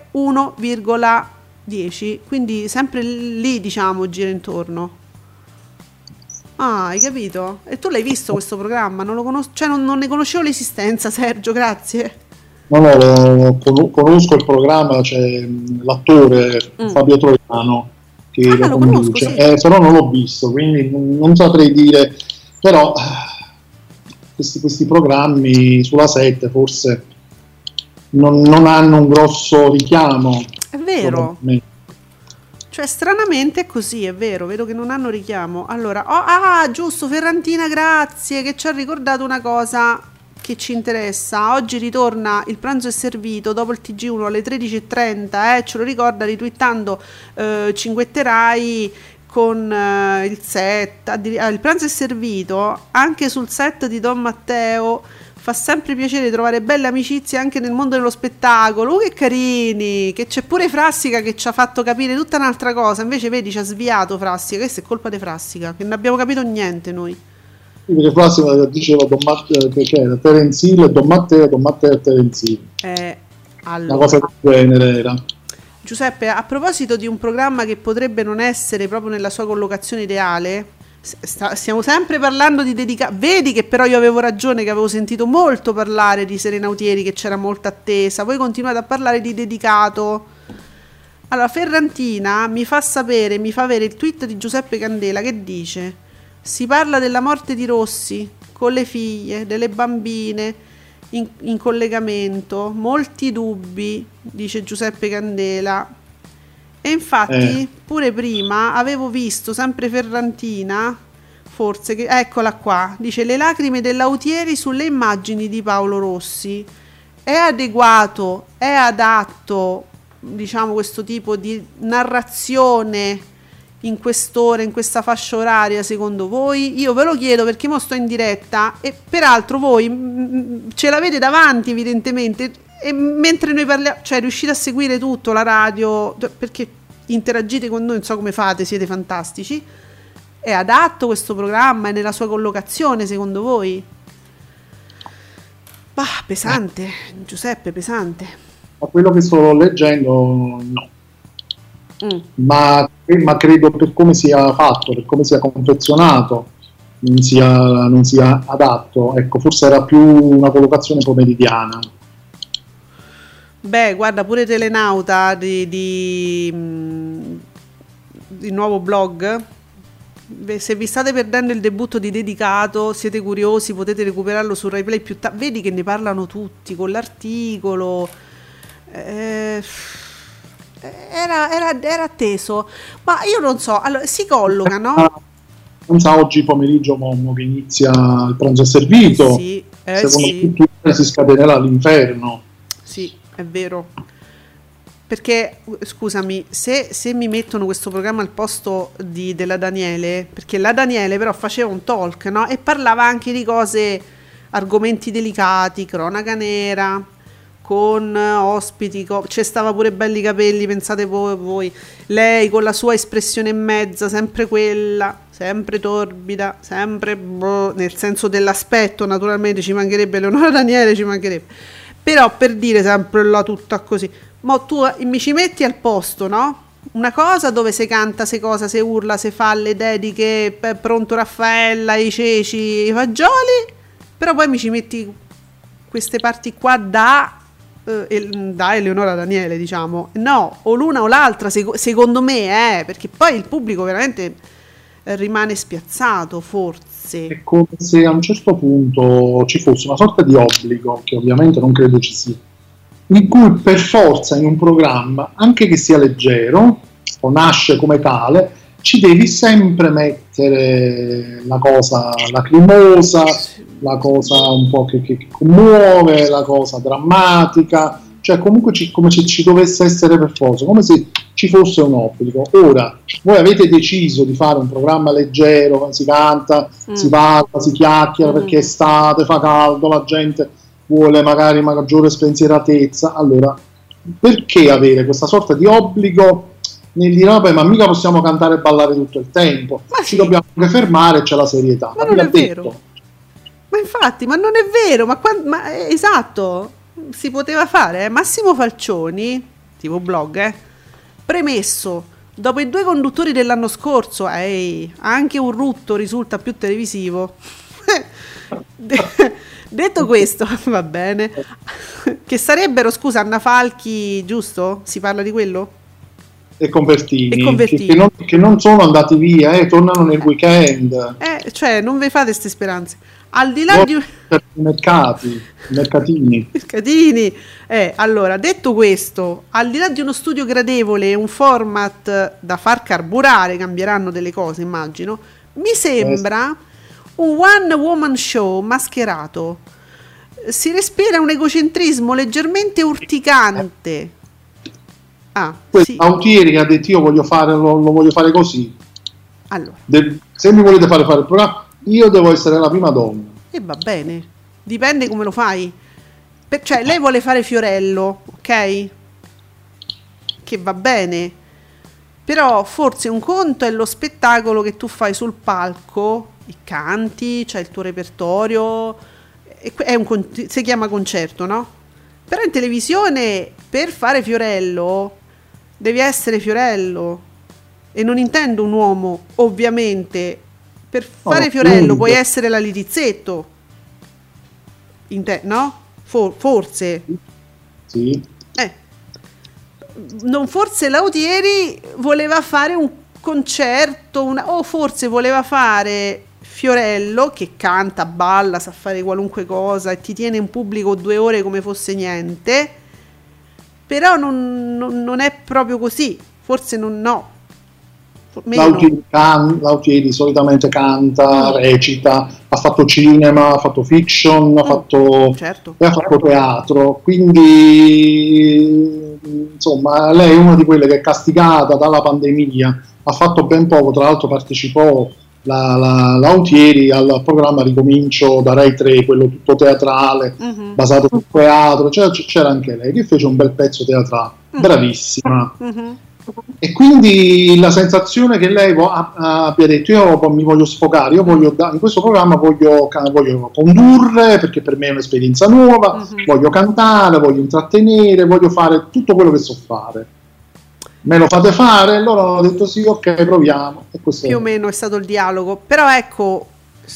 1,10, quindi sempre lì, diciamo, gira intorno. Hai capito? E tu l'hai visto questo programma? Non lo non ne conoscevo l'esistenza, Sergio, grazie. No, conosco il programma, c'è l'attore Fabio Troiano che lo conduce, sì. Però non l'ho visto, quindi non saprei dire, però questi programmi sulla 7 forse non hanno un grosso richiamo. È vero. Cioè, stranamente è così, è vero, vedo che non hanno richiamo. Allora, giusto, Ferrantina, grazie, che ci ha ricordato una cosa che ci interessa. Oggi ritorna Il pranzo è servito dopo il TG1 alle 13.30, ce lo ricorda ritwittando Cinguetterai con il set. Il pranzo è servito anche sul set di Don Matteo. Fa sempre piacere trovare belle amicizie anche nel mondo dello spettacolo. Che carini! Che c'è pure Frassica che ci ha fatto capire tutta un'altra cosa. Invece vedi, ci ha sviato Frassica. Questa è colpa di Frassica, che non abbiamo capito niente noi. Perché Frassica diceva Don Matteo, che era Terence Hill e Don Matteo e Terence Hill. Allora, una cosa del genere era. Giuseppe, a proposito di un programma che potrebbe non essere proprio nella sua collocazione ideale, stiamo sempre parlando di Dedicato. Vedi che però io avevo ragione, che avevo sentito molto parlare di Serena Autieri, che c'era molta attesa. Voi continuate a parlare di Dedicato. Allora, Ferrantina mi fa avere il tweet di Giuseppe Candela che dice: si parla della morte di Rossi con le figlie, delle bambine in collegamento, molti dubbi, dice Giuseppe Candela. E infatti pure prima avevo visto sempre Ferrantina, forse, che eccola qua, dice: le lacrime dell'Autieri sulle immagini di Paolo Rossi. È adeguato, è adatto, diciamo, questo tipo di narrazione in quest'ora, in questa fascia oraria, secondo voi? Io ve lo chiedo perché mo sto in diretta e peraltro voi ce l'avete davanti evidentemente, e mentre noi parliamo, cioè riuscite a seguire tutto, la radio, perché interagite con noi, non so come fate, siete fantastici. È adatto questo programma? È nella sua collocazione secondo voi? Bah, pesante, Giuseppe, pesante. Ma quello che sto leggendo no. Ma credo, per come sia fatto, per come sia confezionato, non sia adatto. Ecco, forse era più una collocazione pomeridiana. Beh, guarda, pure Telenauta di nuovo blog. Se vi state perdendo il debutto di Dedicato, siete curiosi, potete recuperarlo su RaiPlay più tardi. Vedi che ne parlano tutti con l'articolo. Era atteso, ma io non so. Allora, si colloca, no? Non sa, oggi pomeriggio che inizia Il pranzo è servito. Sì, secondo me si scatenerà l'inferno. Sì, è vero. Perché, scusami, se mi mettono questo programma al posto della Daniele, perché la Daniele però faceva un talk, no? E parlava anche di cose, argomenti delicati, cronaca nera, con ospiti, c'è stava pure Belli Capelli, pensate voi, lei con la sua espressione mezza, sempre quella, sempre torbida, sempre nel senso dell'aspetto, naturalmente ci mancherebbe Leonora Daniele, ci mancherebbe, però per dire sempre là tutta così. Ma tu mi ci metti al posto, no? Una cosa dove si canta, se cosa, se urla, se fa le dediche, pronto Raffaella, i ceci, i fagioli, però poi mi ci metti queste parti qua da Eleonora Daniele, diciamo. No, o l'una o l'altra, secondo me, perché poi il pubblico veramente rimane spiazzato, forse. È come se a un certo punto ci fosse una sorta di obbligo, che ovviamente non credo ci sia, in cui per forza in un programma, anche che sia leggero o nasce come tale, ci devi sempre mettere la cosa lacrimosa, la cosa un po' che commuove, la cosa drammatica, cioè comunque come se ci dovesse essere per forza, come se ci fosse un obbligo. Ora, voi avete deciso di fare un programma leggero, si canta, si parla, si chiacchiera perché è estate, fa caldo, la gente vuole magari maggiore spensieratezza, allora perché avere questa sorta di obbligo nel dire vabbè, ma mica possiamo cantare e ballare tutto il tempo, ci dobbiamo anche fermare, c'è la serietà. Ma non è vero, ma infatti, ma non è vero, ma esatto, si poteva fare. Massimo Falcioni, tipo blog, premesso, dopo i 2 conduttori dell'anno scorso, anche un rutto risulta più televisivo. Detto questo, va bene, Che sarebbero, scusa, Anna Falchi, giusto? Si parla di quello? E Convertini. Che non sono andati via, tornano nel weekend. Cioè, non vi fate queste speranze. Al di là di mercatini. Allora, detto questo, al di là di uno studio gradevole e un format da far carburare, cambieranno delle cose, immagino, mi sembra un one woman show mascherato. Si respira un egocentrismo leggermente urticante. Sì. Autieri ha detto: io voglio fare, lo voglio fare così. Allora. Se mi volete fare il programma, io devo essere la prima donna. E va bene, dipende come lo fai. Cioè, lei vuole fare Fiorello, ok? Che va bene. Però forse un conto è lo spettacolo che tu fai sul palco, i canti, c'è il tuo repertorio, si chiama concerto, no? Però in televisione, per fare Fiorello, devi essere Fiorello. E non intendo un uomo, ovviamente. Per fare Fiorello puoi essere la Lirizzetto, no? Forse. Sì. Non forse Lautieri voleva fare un concerto, o forse voleva fare Fiorello che canta, balla, sa fare qualunque cosa e ti tiene in pubblico 2 ore come fosse niente. Però non è proprio così. Forse no. Lautieri solitamente canta, recita, ha fatto cinema, ha fatto fiction, ha fatto teatro, quindi insomma lei è una di quelle che è castigata dalla pandemia, ha fatto ben poco, tra l'altro partecipò Lautieri al programma Ricomincio da Rai 3, quello tutto teatrale, basato sul teatro, c'era anche lei che fece un bel pezzo teatrale, bravissima. E quindi la sensazione che lei abbia detto: io mi voglio sfogare, io voglio in questo programma voglio condurre, perché per me è un'esperienza nuova, voglio cantare, voglio intrattenere, voglio fare tutto quello che so fare, me lo fate fare? Allora ho detto sì, ok, proviamo. E questo più o meno è stato il dialogo. Però ecco,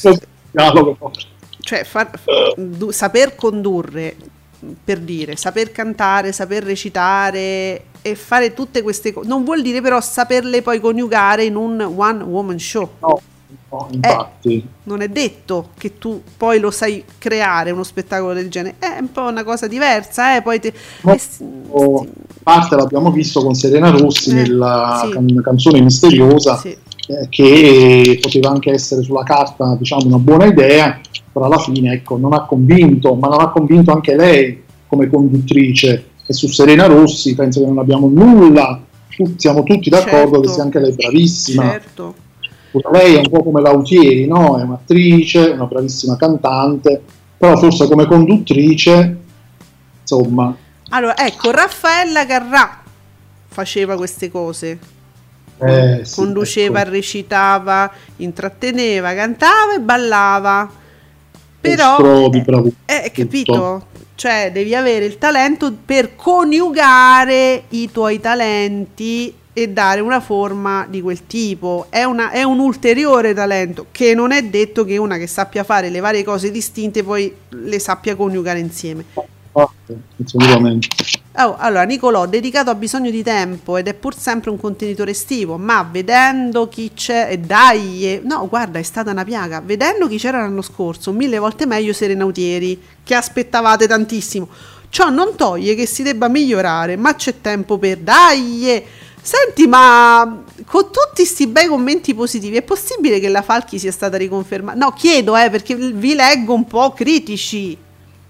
cioè saper condurre, per dire, saper cantare, saper recitare e fare tutte queste cose non vuol dire però saperle poi coniugare in un one woman show. No, infatti non è detto che tu poi lo sai creare uno spettacolo del genere, è un po' una cosa diversa, poi parte l'abbiamo visto con Serena Rossi nella canzone misteriosa, che poteva anche essere sulla carta, diciamo, una buona idea, però alla fine, ecco, non ha convinto, ma non ha convinto anche lei come conduttrice. E su Serena Rossi penso che non abbiamo nulla, siamo tutti d'accordo che sia anche lei bravissima. Lei è un po' come Lautieri, no? È un'attrice, una bravissima cantante, però forse come conduttrice, insomma. Allora, ecco, Raffaella Carrà faceva queste cose. Conduceva, ecco, recitava, intratteneva, cantava e ballava. Però capito? Cioè devi avere il talento per coniugare i tuoi talenti e dare una forma di quel tipo. È un ulteriore talento, che non è detto che una che sappia fare le varie cose distinte poi le sappia coniugare insieme. Assolutamente. Allora, Nicolò, dedicato a bisogno di tempo ed è pur sempre un contenitore estivo, ma vedendo chi c'è, no, guarda, è stata una piaga, vedendo chi c'era l'anno scorso, 1000 volte meglio Serena Autieri, che aspettavate tantissimo. Ciò non toglie che si debba migliorare, ma c'è tempo per Senti, ma con tutti sti bei commenti positivi, è possibile che la Falchi sia stata riconfermata? No, chiedo, perché vi leggo un po' critici.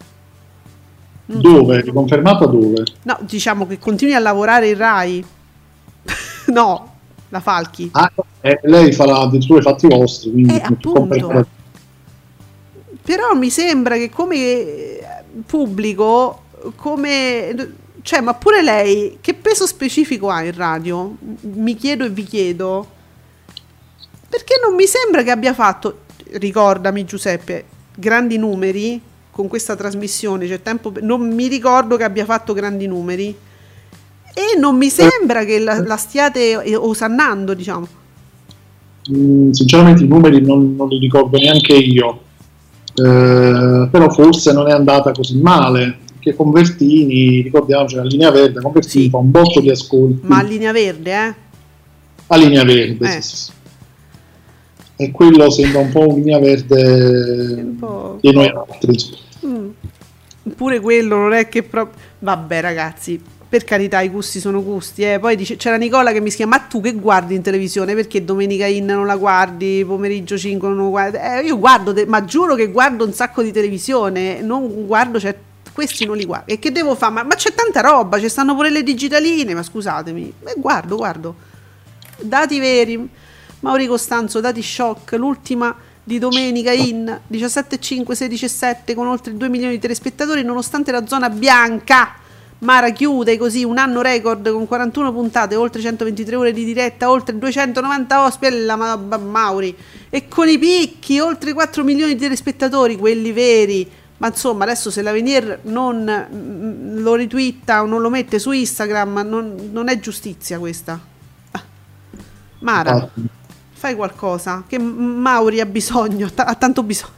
Dove? Riconfermata dove? No, diciamo che continui a lavorare in Rai. No, la Falchi. Lei farà addirittura i fatti vostri, quindi appunto. Però mi sembra che come pubblico, cioè, ma pure lei, che peso specifico ha in radio? Mi chiedo e vi chiedo. Perché non mi sembra che abbia fatto, ricordami Giuseppe, grandi numeri con questa trasmissione, c'è tempo, non mi ricordo che abbia fatto grandi numeri e non mi sembra che la stiate osannando, diciamo. Sinceramente i numeri non li ricordo neanche io, però forse non è andata così male, perché Convertini, ricordiamoci, la Linea Verde, Convertini fa un botto di ascolti. Ma a Linea Verde, A Linea Verde, sì. E quello sembra un po' un Linea Verde di noi altri. Pure quello non è che proprio... Vabbè ragazzi, per carità, i gusti sono gusti, Poi c'era Nicola che mi scrive: ma tu che guardi in televisione? Perché Domenica In non la guardi, Pomeriggio 5 non lo guardi? Io guardo, ma giuro che guardo un sacco di televisione, non guardo, questi non li guardo. E che devo fare? Ma c'è tanta roba, ci stanno pure le digitaline, ma scusatemi. Guardo. Dati veri, Mauri Costanzo, dati shock, l'ultima di Domenica In, 17,5, 16,7, con oltre 2 milioni di telespettatori, nonostante la zona bianca. Mara chiude così un anno record con 41 puntate, oltre 123 ore di diretta, oltre 290 ospiti, Mauri, e con i picchi, oltre 4 milioni di telespettatori, quelli veri. Ma insomma, adesso se l'Avenir non lo ritwitta o non lo mette su Instagram, non è giustizia questa. Mara, fai qualcosa, che Mauri ha bisogno, ha tanto bisogno.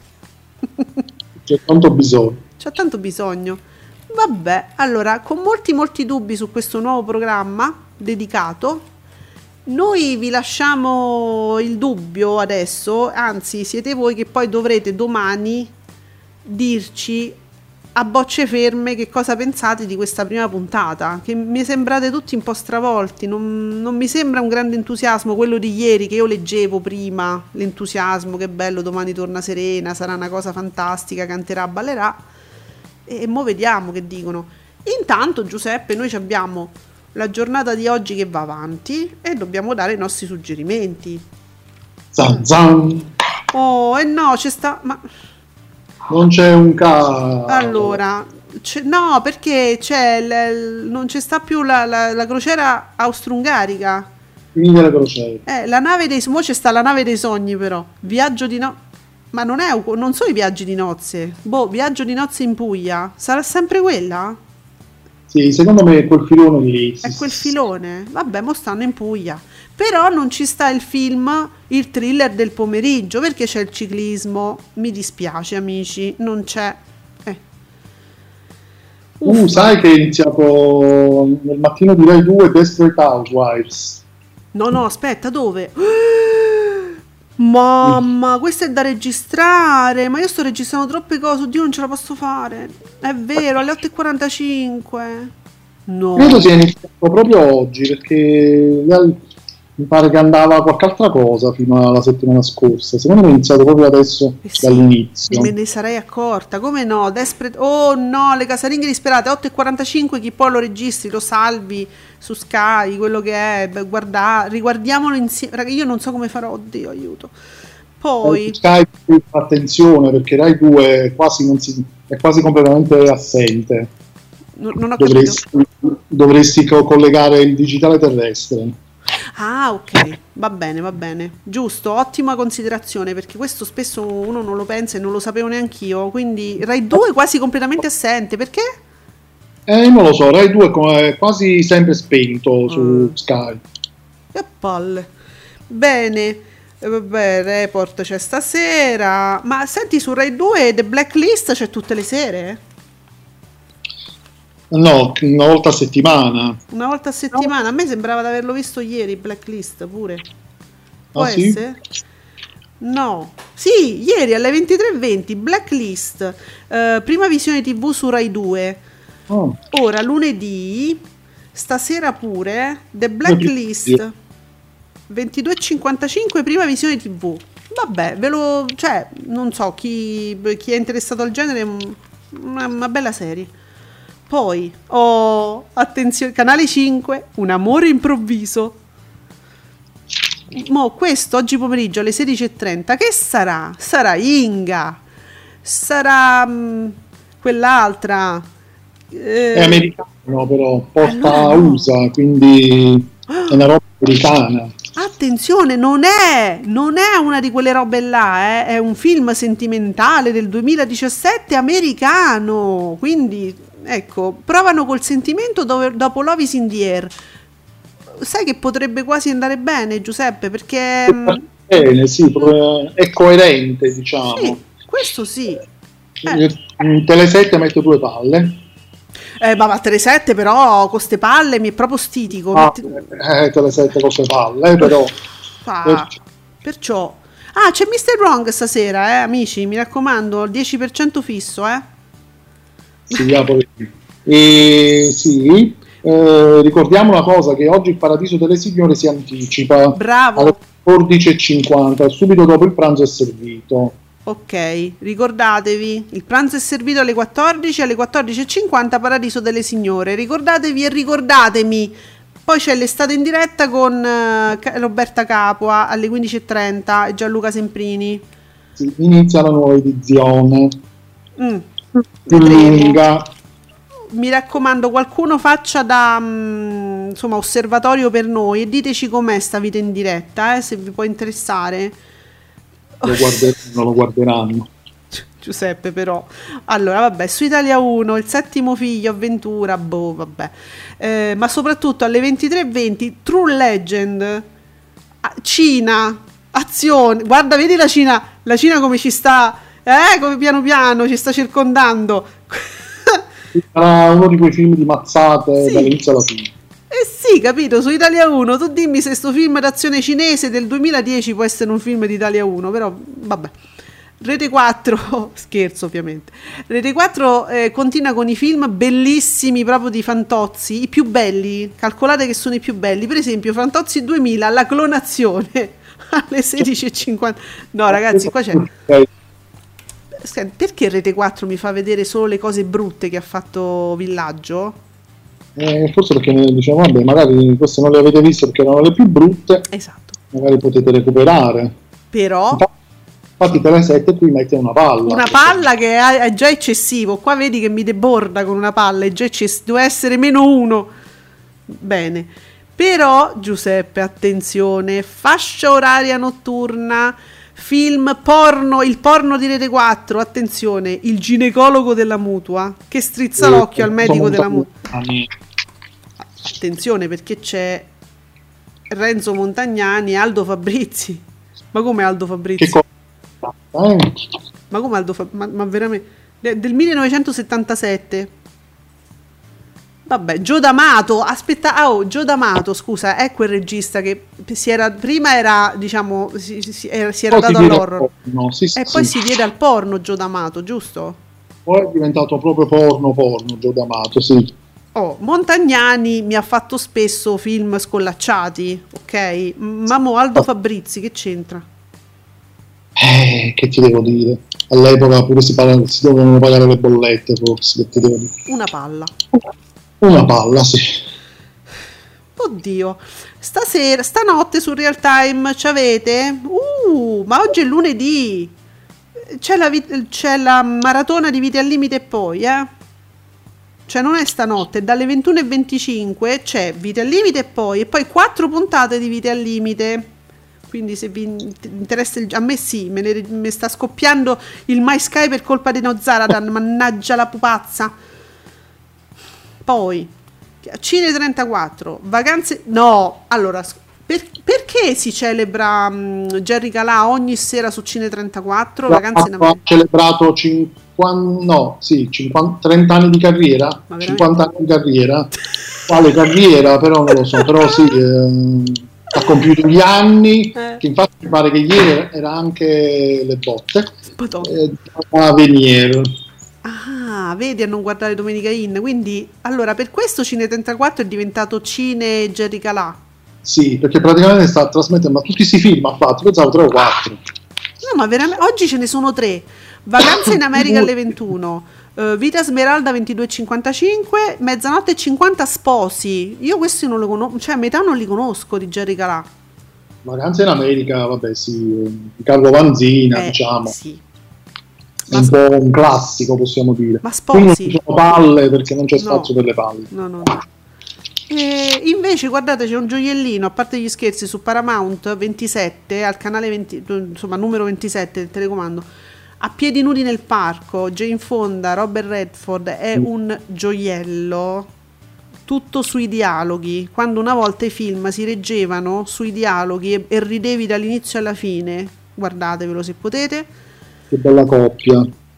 C'è tanto bisogno. Vabbè, allora, con molti dubbi su questo nuovo programma dedicato, noi vi lasciamo il dubbio adesso, anzi siete voi che poi dovrete domani dirci a bocce ferme che cosa pensate di questa prima puntata, che mi sembrate tutti un po' stravolti, non mi sembra un grande entusiasmo quello di ieri che io leggevo prima, l'entusiasmo, che bello, domani torna Serena, sarà una cosa fantastica, canterà, ballerà, e mo vediamo che dicono. Intanto Giuseppe, noi abbiamo la giornata di oggi che va avanti e dobbiamo dare i nostri suggerimenti. Zan zan. Oh, no, c'è sta... ma... Non c'è un caso. Allora, no, perché non c'è sta più la crociera austro-ungarica. Finita la crociera. La nave mo c'è sta la nave dei sogni, però. Viaggio di ma non so i viaggi di nozze. Viaggio di nozze in Puglia. Sarà sempre quella? Sì, secondo me è quel filone lì. È quel filone? Vabbè, mo stanno in Puglia. Però non ci sta il film, il thriller del pomeriggio, perché c'è il ciclismo. Mi dispiace, amici, non c'è. Sai che è iniziato nel mattino di Rai 2 Desperate Housewives? No, aspetta, dove? Mamma, questo è da registrare. Ma io sto registrando troppe cose, oddio, non ce la posso fare. È vero, alle 8:45. No. Credo sia iniziato proprio oggi, perché mi pare che andava qualche altra cosa fino alla settimana scorsa. Secondo me è iniziato proprio adesso, dall'inizio. Me ne sarei accorta, come no? Oh no, le casalinghe disperate, 8:45, chi poi lo registri, lo salvi su Sky, quello che è, riguardiamolo insieme. Raga, io non so come farò, oddio, aiuto. Poi Sky, attenzione, perché Rai 2 è quasi completamente assente. Non ho capito. Dovresti collegare il digitale terrestre. Ah, ok, va bene, giusto, ottima considerazione, perché questo spesso uno non lo pensa e non lo sapevo neanch'io, quindi Rai 2 quasi completamente assente, perché? Non lo so, Rai 2 è quasi sempre spento su Sky. Che palle. Bene, vabbè, Report c'è stasera, ma senti, su Rai 2 The Blacklist c'è tutte le sere? No, una volta a settimana. Una volta a settimana? No. A me sembrava di averlo visto ieri, Blacklist pure. Può essere? Sì? No. Sì, ieri alle 23:20, Blacklist, prima visione TV su Rai 2. Oh. Ora, lunedì, stasera pure, The Blacklist, 22:55, prima visione TV. Vabbè, non so, chi è interessato al genere, una bella serie. Poi attenzione, canale 5, Un amore improvviso. Mo questo oggi pomeriggio alle 16:30 che sarà? Sarà Inga, sarà quell'altra, è americano, però porta USA, quindi è una roba americana. Attenzione, non è una di quelle robe là, è un film sentimentale del 2017 americano, quindi ecco, provano col sentimento dopo Love is in the air. Sai che potrebbe quasi andare bene, Giuseppe, perché bene, sì, è coerente, diciamo. Sì, questo sì. Telesette mette 2 palle. Ma Tele7 però con ste palle mi è proprio stitico. Tele7 con ste palle, però. Perciò. C'è Mr. Wrong stasera, amici, mi raccomando, 10% fisso, Sì, ricordiamo una cosa, che oggi il Paradiso delle Signore si anticipa. Bravo. Alle 14:50, subito dopo il pranzo è servito. Ok, ricordatevi, il pranzo è servito alle 14, alle 14:50 Paradiso delle Signore. Ricordatevi e ricordatemi. Poi c'è l'estate in diretta con Roberta Capua alle 15:30 e Gianluca Semprini. Sì, inizia la nuova edizione. Lunga. Mi raccomando, qualcuno faccia da osservatorio per noi e diteci com'è sta vita in diretta, se vi può interessare. Non lo guarderanno. Giuseppe, però. Allora, vabbè, su Italia 1, il settimo figlio, avventura, vabbè. Ma soprattutto alle 23:20, True Legend, Cina, azione. Guarda, vedi la Cina come ci sta, come piano piano ci sta circondando. Sarà uno di quei film di mazzate dall'inizio alla fine. Sì, capito, su Italia 1, tu dimmi se sto film d'azione cinese del 2010 può essere un film di Italia 1, però vabbè. Rete 4, scherzo ovviamente, Rete 4 continua con i film bellissimi proprio di Fantozzi, i più belli, calcolate che sono i più belli, per esempio Fantozzi 2000, La clonazione, alle 16:50, no ragazzi qua c'è, perché Rete 4 mi fa vedere solo le cose brutte che ha fatto Villaggio? Forse perché diciamo, vabbè, magari queste non le avete viste perché erano le più brutte, esatto, magari potete recuperare, però... Infatti Tele7 qui mette una palla che è già eccessivo, qua vedi che mi deborda con una palla, è già eccessivo, deve essere -1, bene, però Giuseppe, attenzione, fascia oraria notturna, film porno, il porno di Rete 4, attenzione, il ginecologo della mutua che strizza l'occhio al medico della mutua, attenzione perché c'è Renzo Montagnani e Aldo Fabrizi. Ma come Aldo Fabrizi? Ma come Aldo ma veramente del 1977. Vabbè, Gio D'Amato, aspetta, Gio D'Amato, scusa, è quel regista che prima era, diciamo, si era dato all'horror, poi si diede al porno Gio D'Amato, giusto? Poi è diventato proprio porno Gio D'Amato, sì. Montagnani mi ha fatto spesso film scollacciati, ok? Ma mo Aldo Fabrizi che c'entra? Che ti devo dire? All'epoca pure si dovevano pagare le bollette, forse, che ti devo dire? Una palla, sì. Oddio, stanotte su Real Time c'avete? Ma oggi è lunedì. C'è la maratona di Vite al Limite e poi, Cioè non è stanotte, dalle 21:25 c'è Vite al Limite e poi 4 puntate di Vite al Limite. Quindi se vi interessa a me sì, me sta scoppiando il My Sky per colpa di Nozaradan, mannaggia la pupazza. Poi Cine 34, vacanze, no, allora perché si celebra Jerry Calà ogni sera su Cine 34? Vacanze in America. Ha celebrato 30 anni di carriera, 50 anni di carriera, quale carriera però non lo so, però sì, ha compiuto gli anni, che infatti mi pare che ieri era anche le botte a Venier. Vedi a non guardare Domenica In, quindi allora per questo Cine 34 è diventato Cine Jerry Calà. Sì, perché praticamente sta trasmettendo, ma tutti questi film ha fatto, pensavo 3 o 4. No, ma veramente oggi ce ne sono 3. Vacanze in America alle 21, Vita Smeralda 22:55, Mezzanotte e 50 sposi. Io questi non lo conosco, cioè metà non li conosco di Jerry Calà. Vacanze in America, vabbè sì, Carlo Vanzina, diciamo. Sì. È un po' un classico, possiamo dire. Ma sposi? Qui non ci sono palle perché non c'è spazio per le palle. No. E invece guardate, c'è un gioiellino, a parte gli scherzi, su Paramount 27 al canale 20, insomma numero 27 del telecomando, A piedi nudi nel parco, Jane Fonda, Robert Redford, è un gioiello, tutto sui dialoghi, quando una volta i film si reggevano sui dialoghi e ridevi dall'inizio alla fine, guardatevelo se potete. Che bella coppia.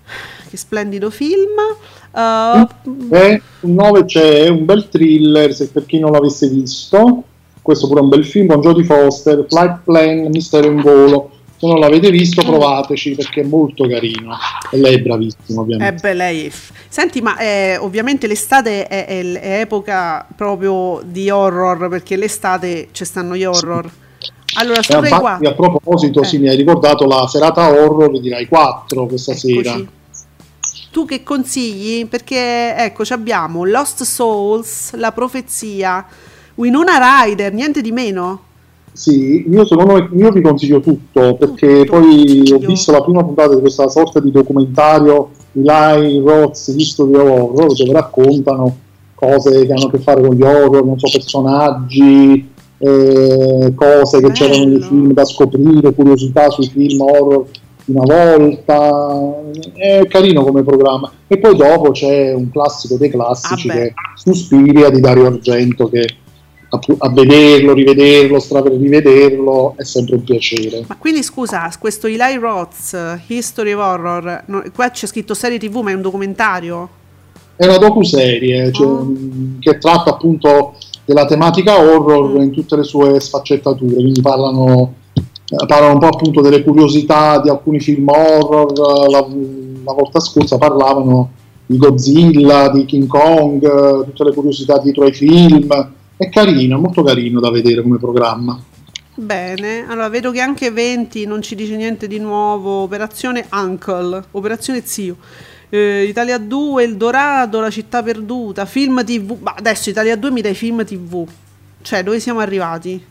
che splendido film. Il 9 c'è un bel thriller, se per chi non l'avesse visto, questo pure è un bel film, con Jodie Foster, Flight Plan, Mistero in volo. Se non l'avete visto, provateci, perché è molto carino e lei è bravissima, ovviamente. Lei. Senti, ma ovviamente l'estate è epoca proprio di horror, perché l'estate ci stanno gli horror. Allora, su Rai 4. A proposito, sì, mi hai ricordato la serata horror di Rai 4 questa sera. Tu che consigli? Perché ecco, abbiamo Lost Souls, La Profezia, Winona Ryder, niente di meno. Sì, io vi consiglio tutto, perché poi ho visto la prima puntata di questa sorta di documentario Eli Roth's History of Horror, dove raccontano cose che hanno a che fare con gli horror, non so, personaggi, cose che c'erano nei film da scoprire, curiosità sui film horror di una volta. È carino come programma. E poi dopo c'è un classico dei classici che è Suspiria di Dario Argento, che a vederlo, rivederlo, rivederlo è sempre un piacere. Ma quindi scusa, questo Eli Roth's History of Horror, qua c'è scritto serie TV, ma è un documentario? È una docuserie che tratta appunto della tematica horror in tutte le sue sfaccettature, quindi parlano un po' appunto delle curiosità di alcuni film horror. La volta scorsa parlavano di Godzilla, di King Kong, tutte le curiosità dietro ai film. È carino, è molto carino da vedere come programma. Bene, allora vedo che anche 20 non ci dice niente di nuovo. Operazione Uncle, Operazione Zio, Italia 2, El Dorado, La città perduta, film TV. Ma adesso Italia 2 mi dai film TV? Cioè, dove siamo arrivati?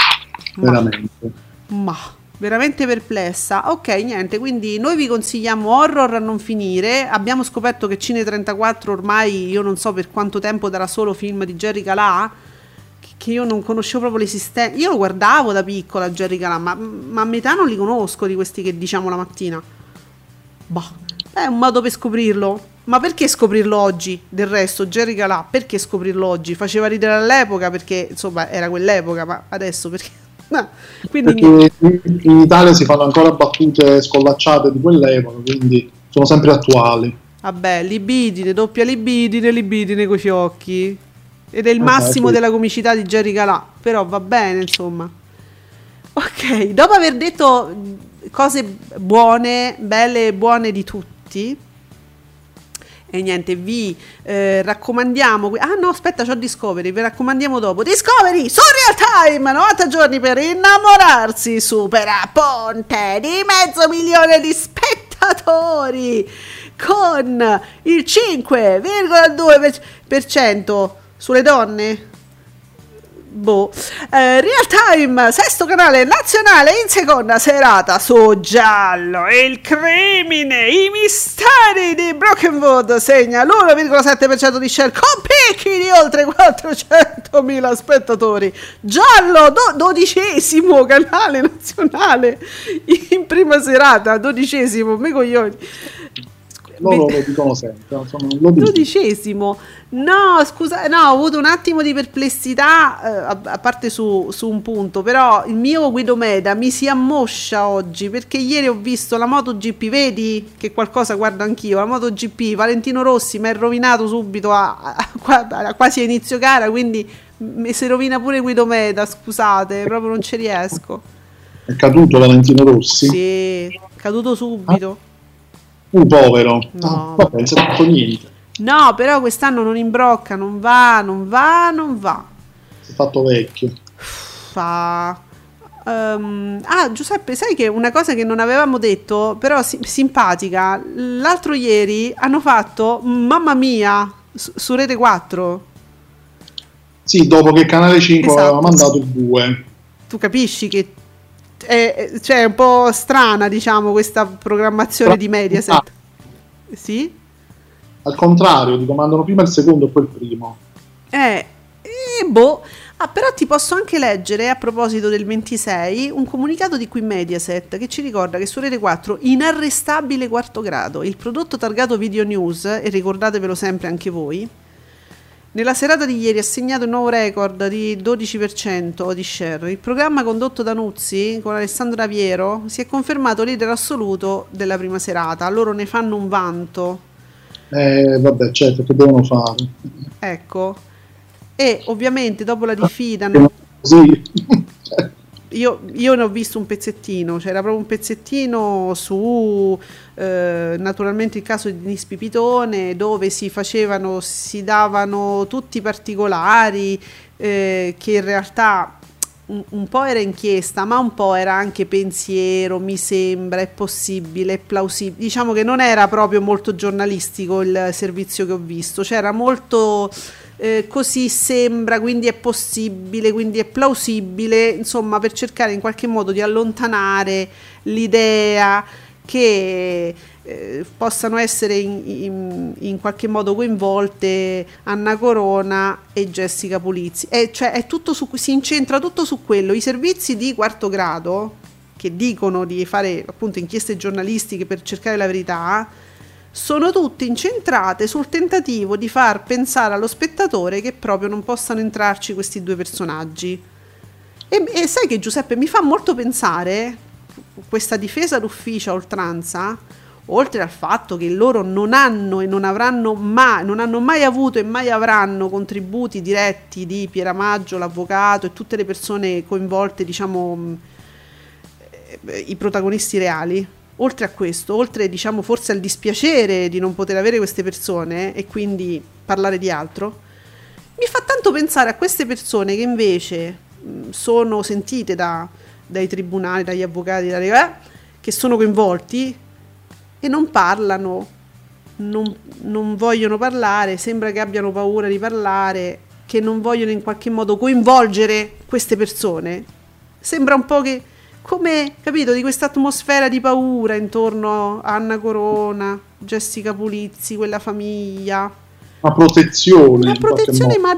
Veramente perplessa. Ok, niente, quindi noi vi consigliamo horror a non finire. Abbiamo scoperto che Cine34 ormai, io non so per quanto tempo, darà solo film di Jerry Calà, che io non conoscevo proprio l'esistenza. Io lo guardavo da piccola Jerry Calà, ma a metà non li conosco di questi che diciamo la mattina. È un modo per scoprirlo. Ma perché scoprirlo oggi? Del resto, Jerry Calà, perché scoprirlo oggi? Faceva ridere all'epoca perché insomma era quell'epoca, ma adesso perché? Quindi perché in Italia si fanno ancora battute scollacciate di quell'epoca, quindi sono sempre attuali. Vabbè, libidine, doppia libidine coi fiocchi. Ed è il massimo della comicità di Jerry Calà, però va bene, insomma. Ok, dopo aver detto cose buone, belle e buone di tutti, e niente, vi raccomandiamo. Ah no, aspetta, c'ho Discovery, vi raccomandiamo dopo. Discovery su Real Time, 90 giorni per innamorarsi, supera ponte di 500.000 di spettatori con il 5,2% sulle donne. Real Time, sesto canale nazionale, in seconda serata su Giallo, il crimine, i misteri di Brokenwood segna l'1,7% di share con picchi di oltre 400.000 spettatori. Giallo, 12° canale nazionale in prima serata, 12°, me coglioni. Loro lo dicono sempre, insomma, 12°. No, scusa, no, ho avuto un attimo di perplessità, a parte su un punto, però il mio Guido Meda mi si ammoscia oggi, perché ieri ho visto la MotoGP, vedi che qualcosa guardo anch'io, la MotoGP, Valentino Rossi mi è rovinato subito quasi a inizio gara, quindi mi si rovina pure Guido Meda, scusate, proprio non ci riesco. È caduto Valentino Rossi? Sì, è caduto subito. Povero. No. Vabbè, non si è fatto niente. No, però quest'anno non imbrocca, non va. Si è fatto vecchio. Giuseppe, sai che una cosa che non avevamo detto, però simpatica, l'altro ieri hanno fatto Mamma Mia su Rete 4. Sì, dopo che Canale 5 aveva mandato il 2. Tu capisci che è un po' strana, diciamo, questa programmazione di Mediaset. Sì? Al contrario, ti comandano prima il secondo e poi il primo. Però ti posso anche leggere, a proposito del 26, un comunicato di qui Mediaset che ci ricorda che su Rete 4 Inarrestabile quarto grado, il prodotto targato Video News, e ricordatevelo sempre anche voi, Nella serata di ieri ha segnato il nuovo record di 12% di share. Il programma condotto da Nuzzi con Alessandro Naviero si è confermato leader assoluto della prima serata. Loro ne fanno un vanto. Vabbè, certo, che devono fare? Ecco. E ovviamente dopo la diffida... Sì. Io ne ho visto un pezzettino, c'era proprio un pezzettino su naturalmente il caso di Denise Pipitone, dove si davano tutti i particolari che in realtà un po' era inchiesta, ma un po' era anche pensiero, mi sembra, è possibile, è plausibile. Diciamo che non era proprio molto giornalistico il servizio che ho visto, c'era molto... così sembra, quindi è possibile, quindi è plausibile, insomma, per cercare in qualche modo di allontanare l'idea che possano essere in qualche modo coinvolte Anna Corona e Jessica Pulizzi. Cioè è tutto si incentra tutto su quello. I servizi di quarto grado, che dicono di fare appunto inchieste giornalistiche per cercare la verità, sono tutte incentrate sul tentativo di far pensare allo spettatore che proprio non possano entrarci questi due personaggi. E sai che, Giuseppe, mi fa molto pensare questa difesa d'ufficio a oltranza, oltre al fatto che loro non hanno e non hanno mai avuto e mai avranno contributi diretti di Pieramaggio, l'avvocato e tutte le persone coinvolte, diciamo i protagonisti reali. Oltre a questo, oltre diciamo forse al dispiacere di non poter avere queste persone e quindi parlare di altro, mi fa tanto pensare a queste persone che invece sono sentite dai tribunali, dagli avvocati, che sono coinvolti e non parlano, non vogliono parlare, sembra che abbiano paura di parlare, che non vogliono in qualche modo coinvolgere queste persone. Sembra un po' che, come, capito, di questa atmosfera di paura intorno a Anna Corona, Jessica Pulizzi, quella famiglia. Una protezione, ma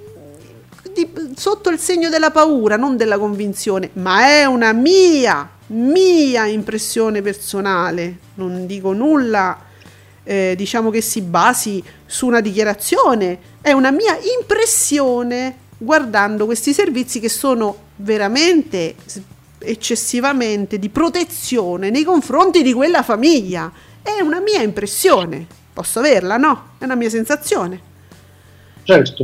sotto il segno della paura, non della convinzione, ma è una mia impressione personale, non dico nulla diciamo che si basi su una dichiarazione, è una mia impressione guardando questi servizi che sono veramente eccessivamente di protezione nei confronti di quella famiglia. È una mia impressione, posso averla, no? È una mia sensazione. Certo,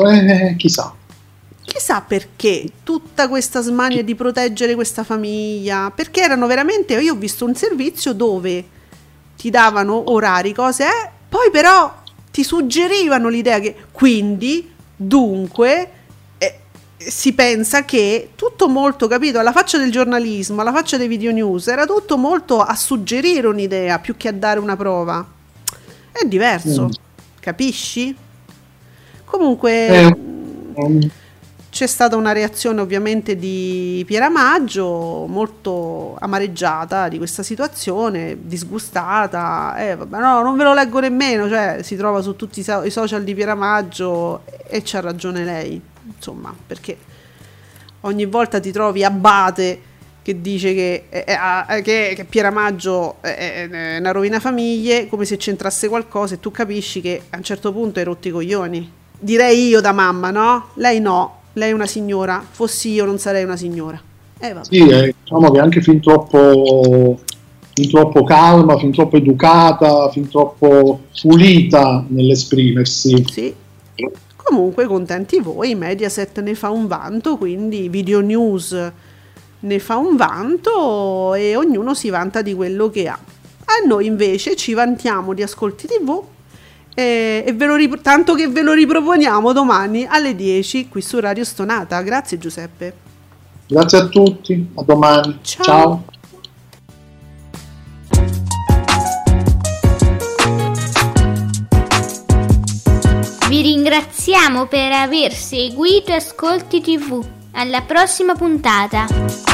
chissà perché tutta questa smania di proteggere questa famiglia, perché erano veramente, io ho visto un servizio dove ti davano orari, cose, poi però ti suggerivano l'idea che quindi dunque si pensa che tutto molto, capito, alla faccia del giornalismo, alla faccia dei video news, era tutto molto a suggerire un'idea più che a dare una prova. È diverso, capisci? Comunque c'è stata una reazione ovviamente di Pieramaggio molto amareggiata di questa situazione, disgustata, vabbè, no, non ve lo leggo nemmeno, cioè si trova su tutti i social di Pieramaggio e c'ha ragione lei. Insomma, perché ogni volta ti trovi Abate che dice che Pieramaggio è una rovina famiglie, come se c'entrasse qualcosa, e tu capisci che a un certo punto hai rotto i coglioni. Direi io da mamma, no? Lei no, lei è una signora, fossi io non sarei una signora. Vabbè. Sì, diciamo che è anche fin troppo calma, fin troppo educata, fin troppo pulita nell'esprimersi. Sì. Comunque contenti voi, Mediaset ne fa un vanto, quindi Video News ne fa un vanto e ognuno si vanta di quello che ha. A noi invece ci vantiamo di Ascolti TV e tanto che ve lo riproponiamo domani alle 10 qui su Radio Stonata. Grazie Giuseppe. Grazie a tutti, a domani. Ciao. Vi ringraziamo per aver seguito Ascolti TV. Alla prossima puntata.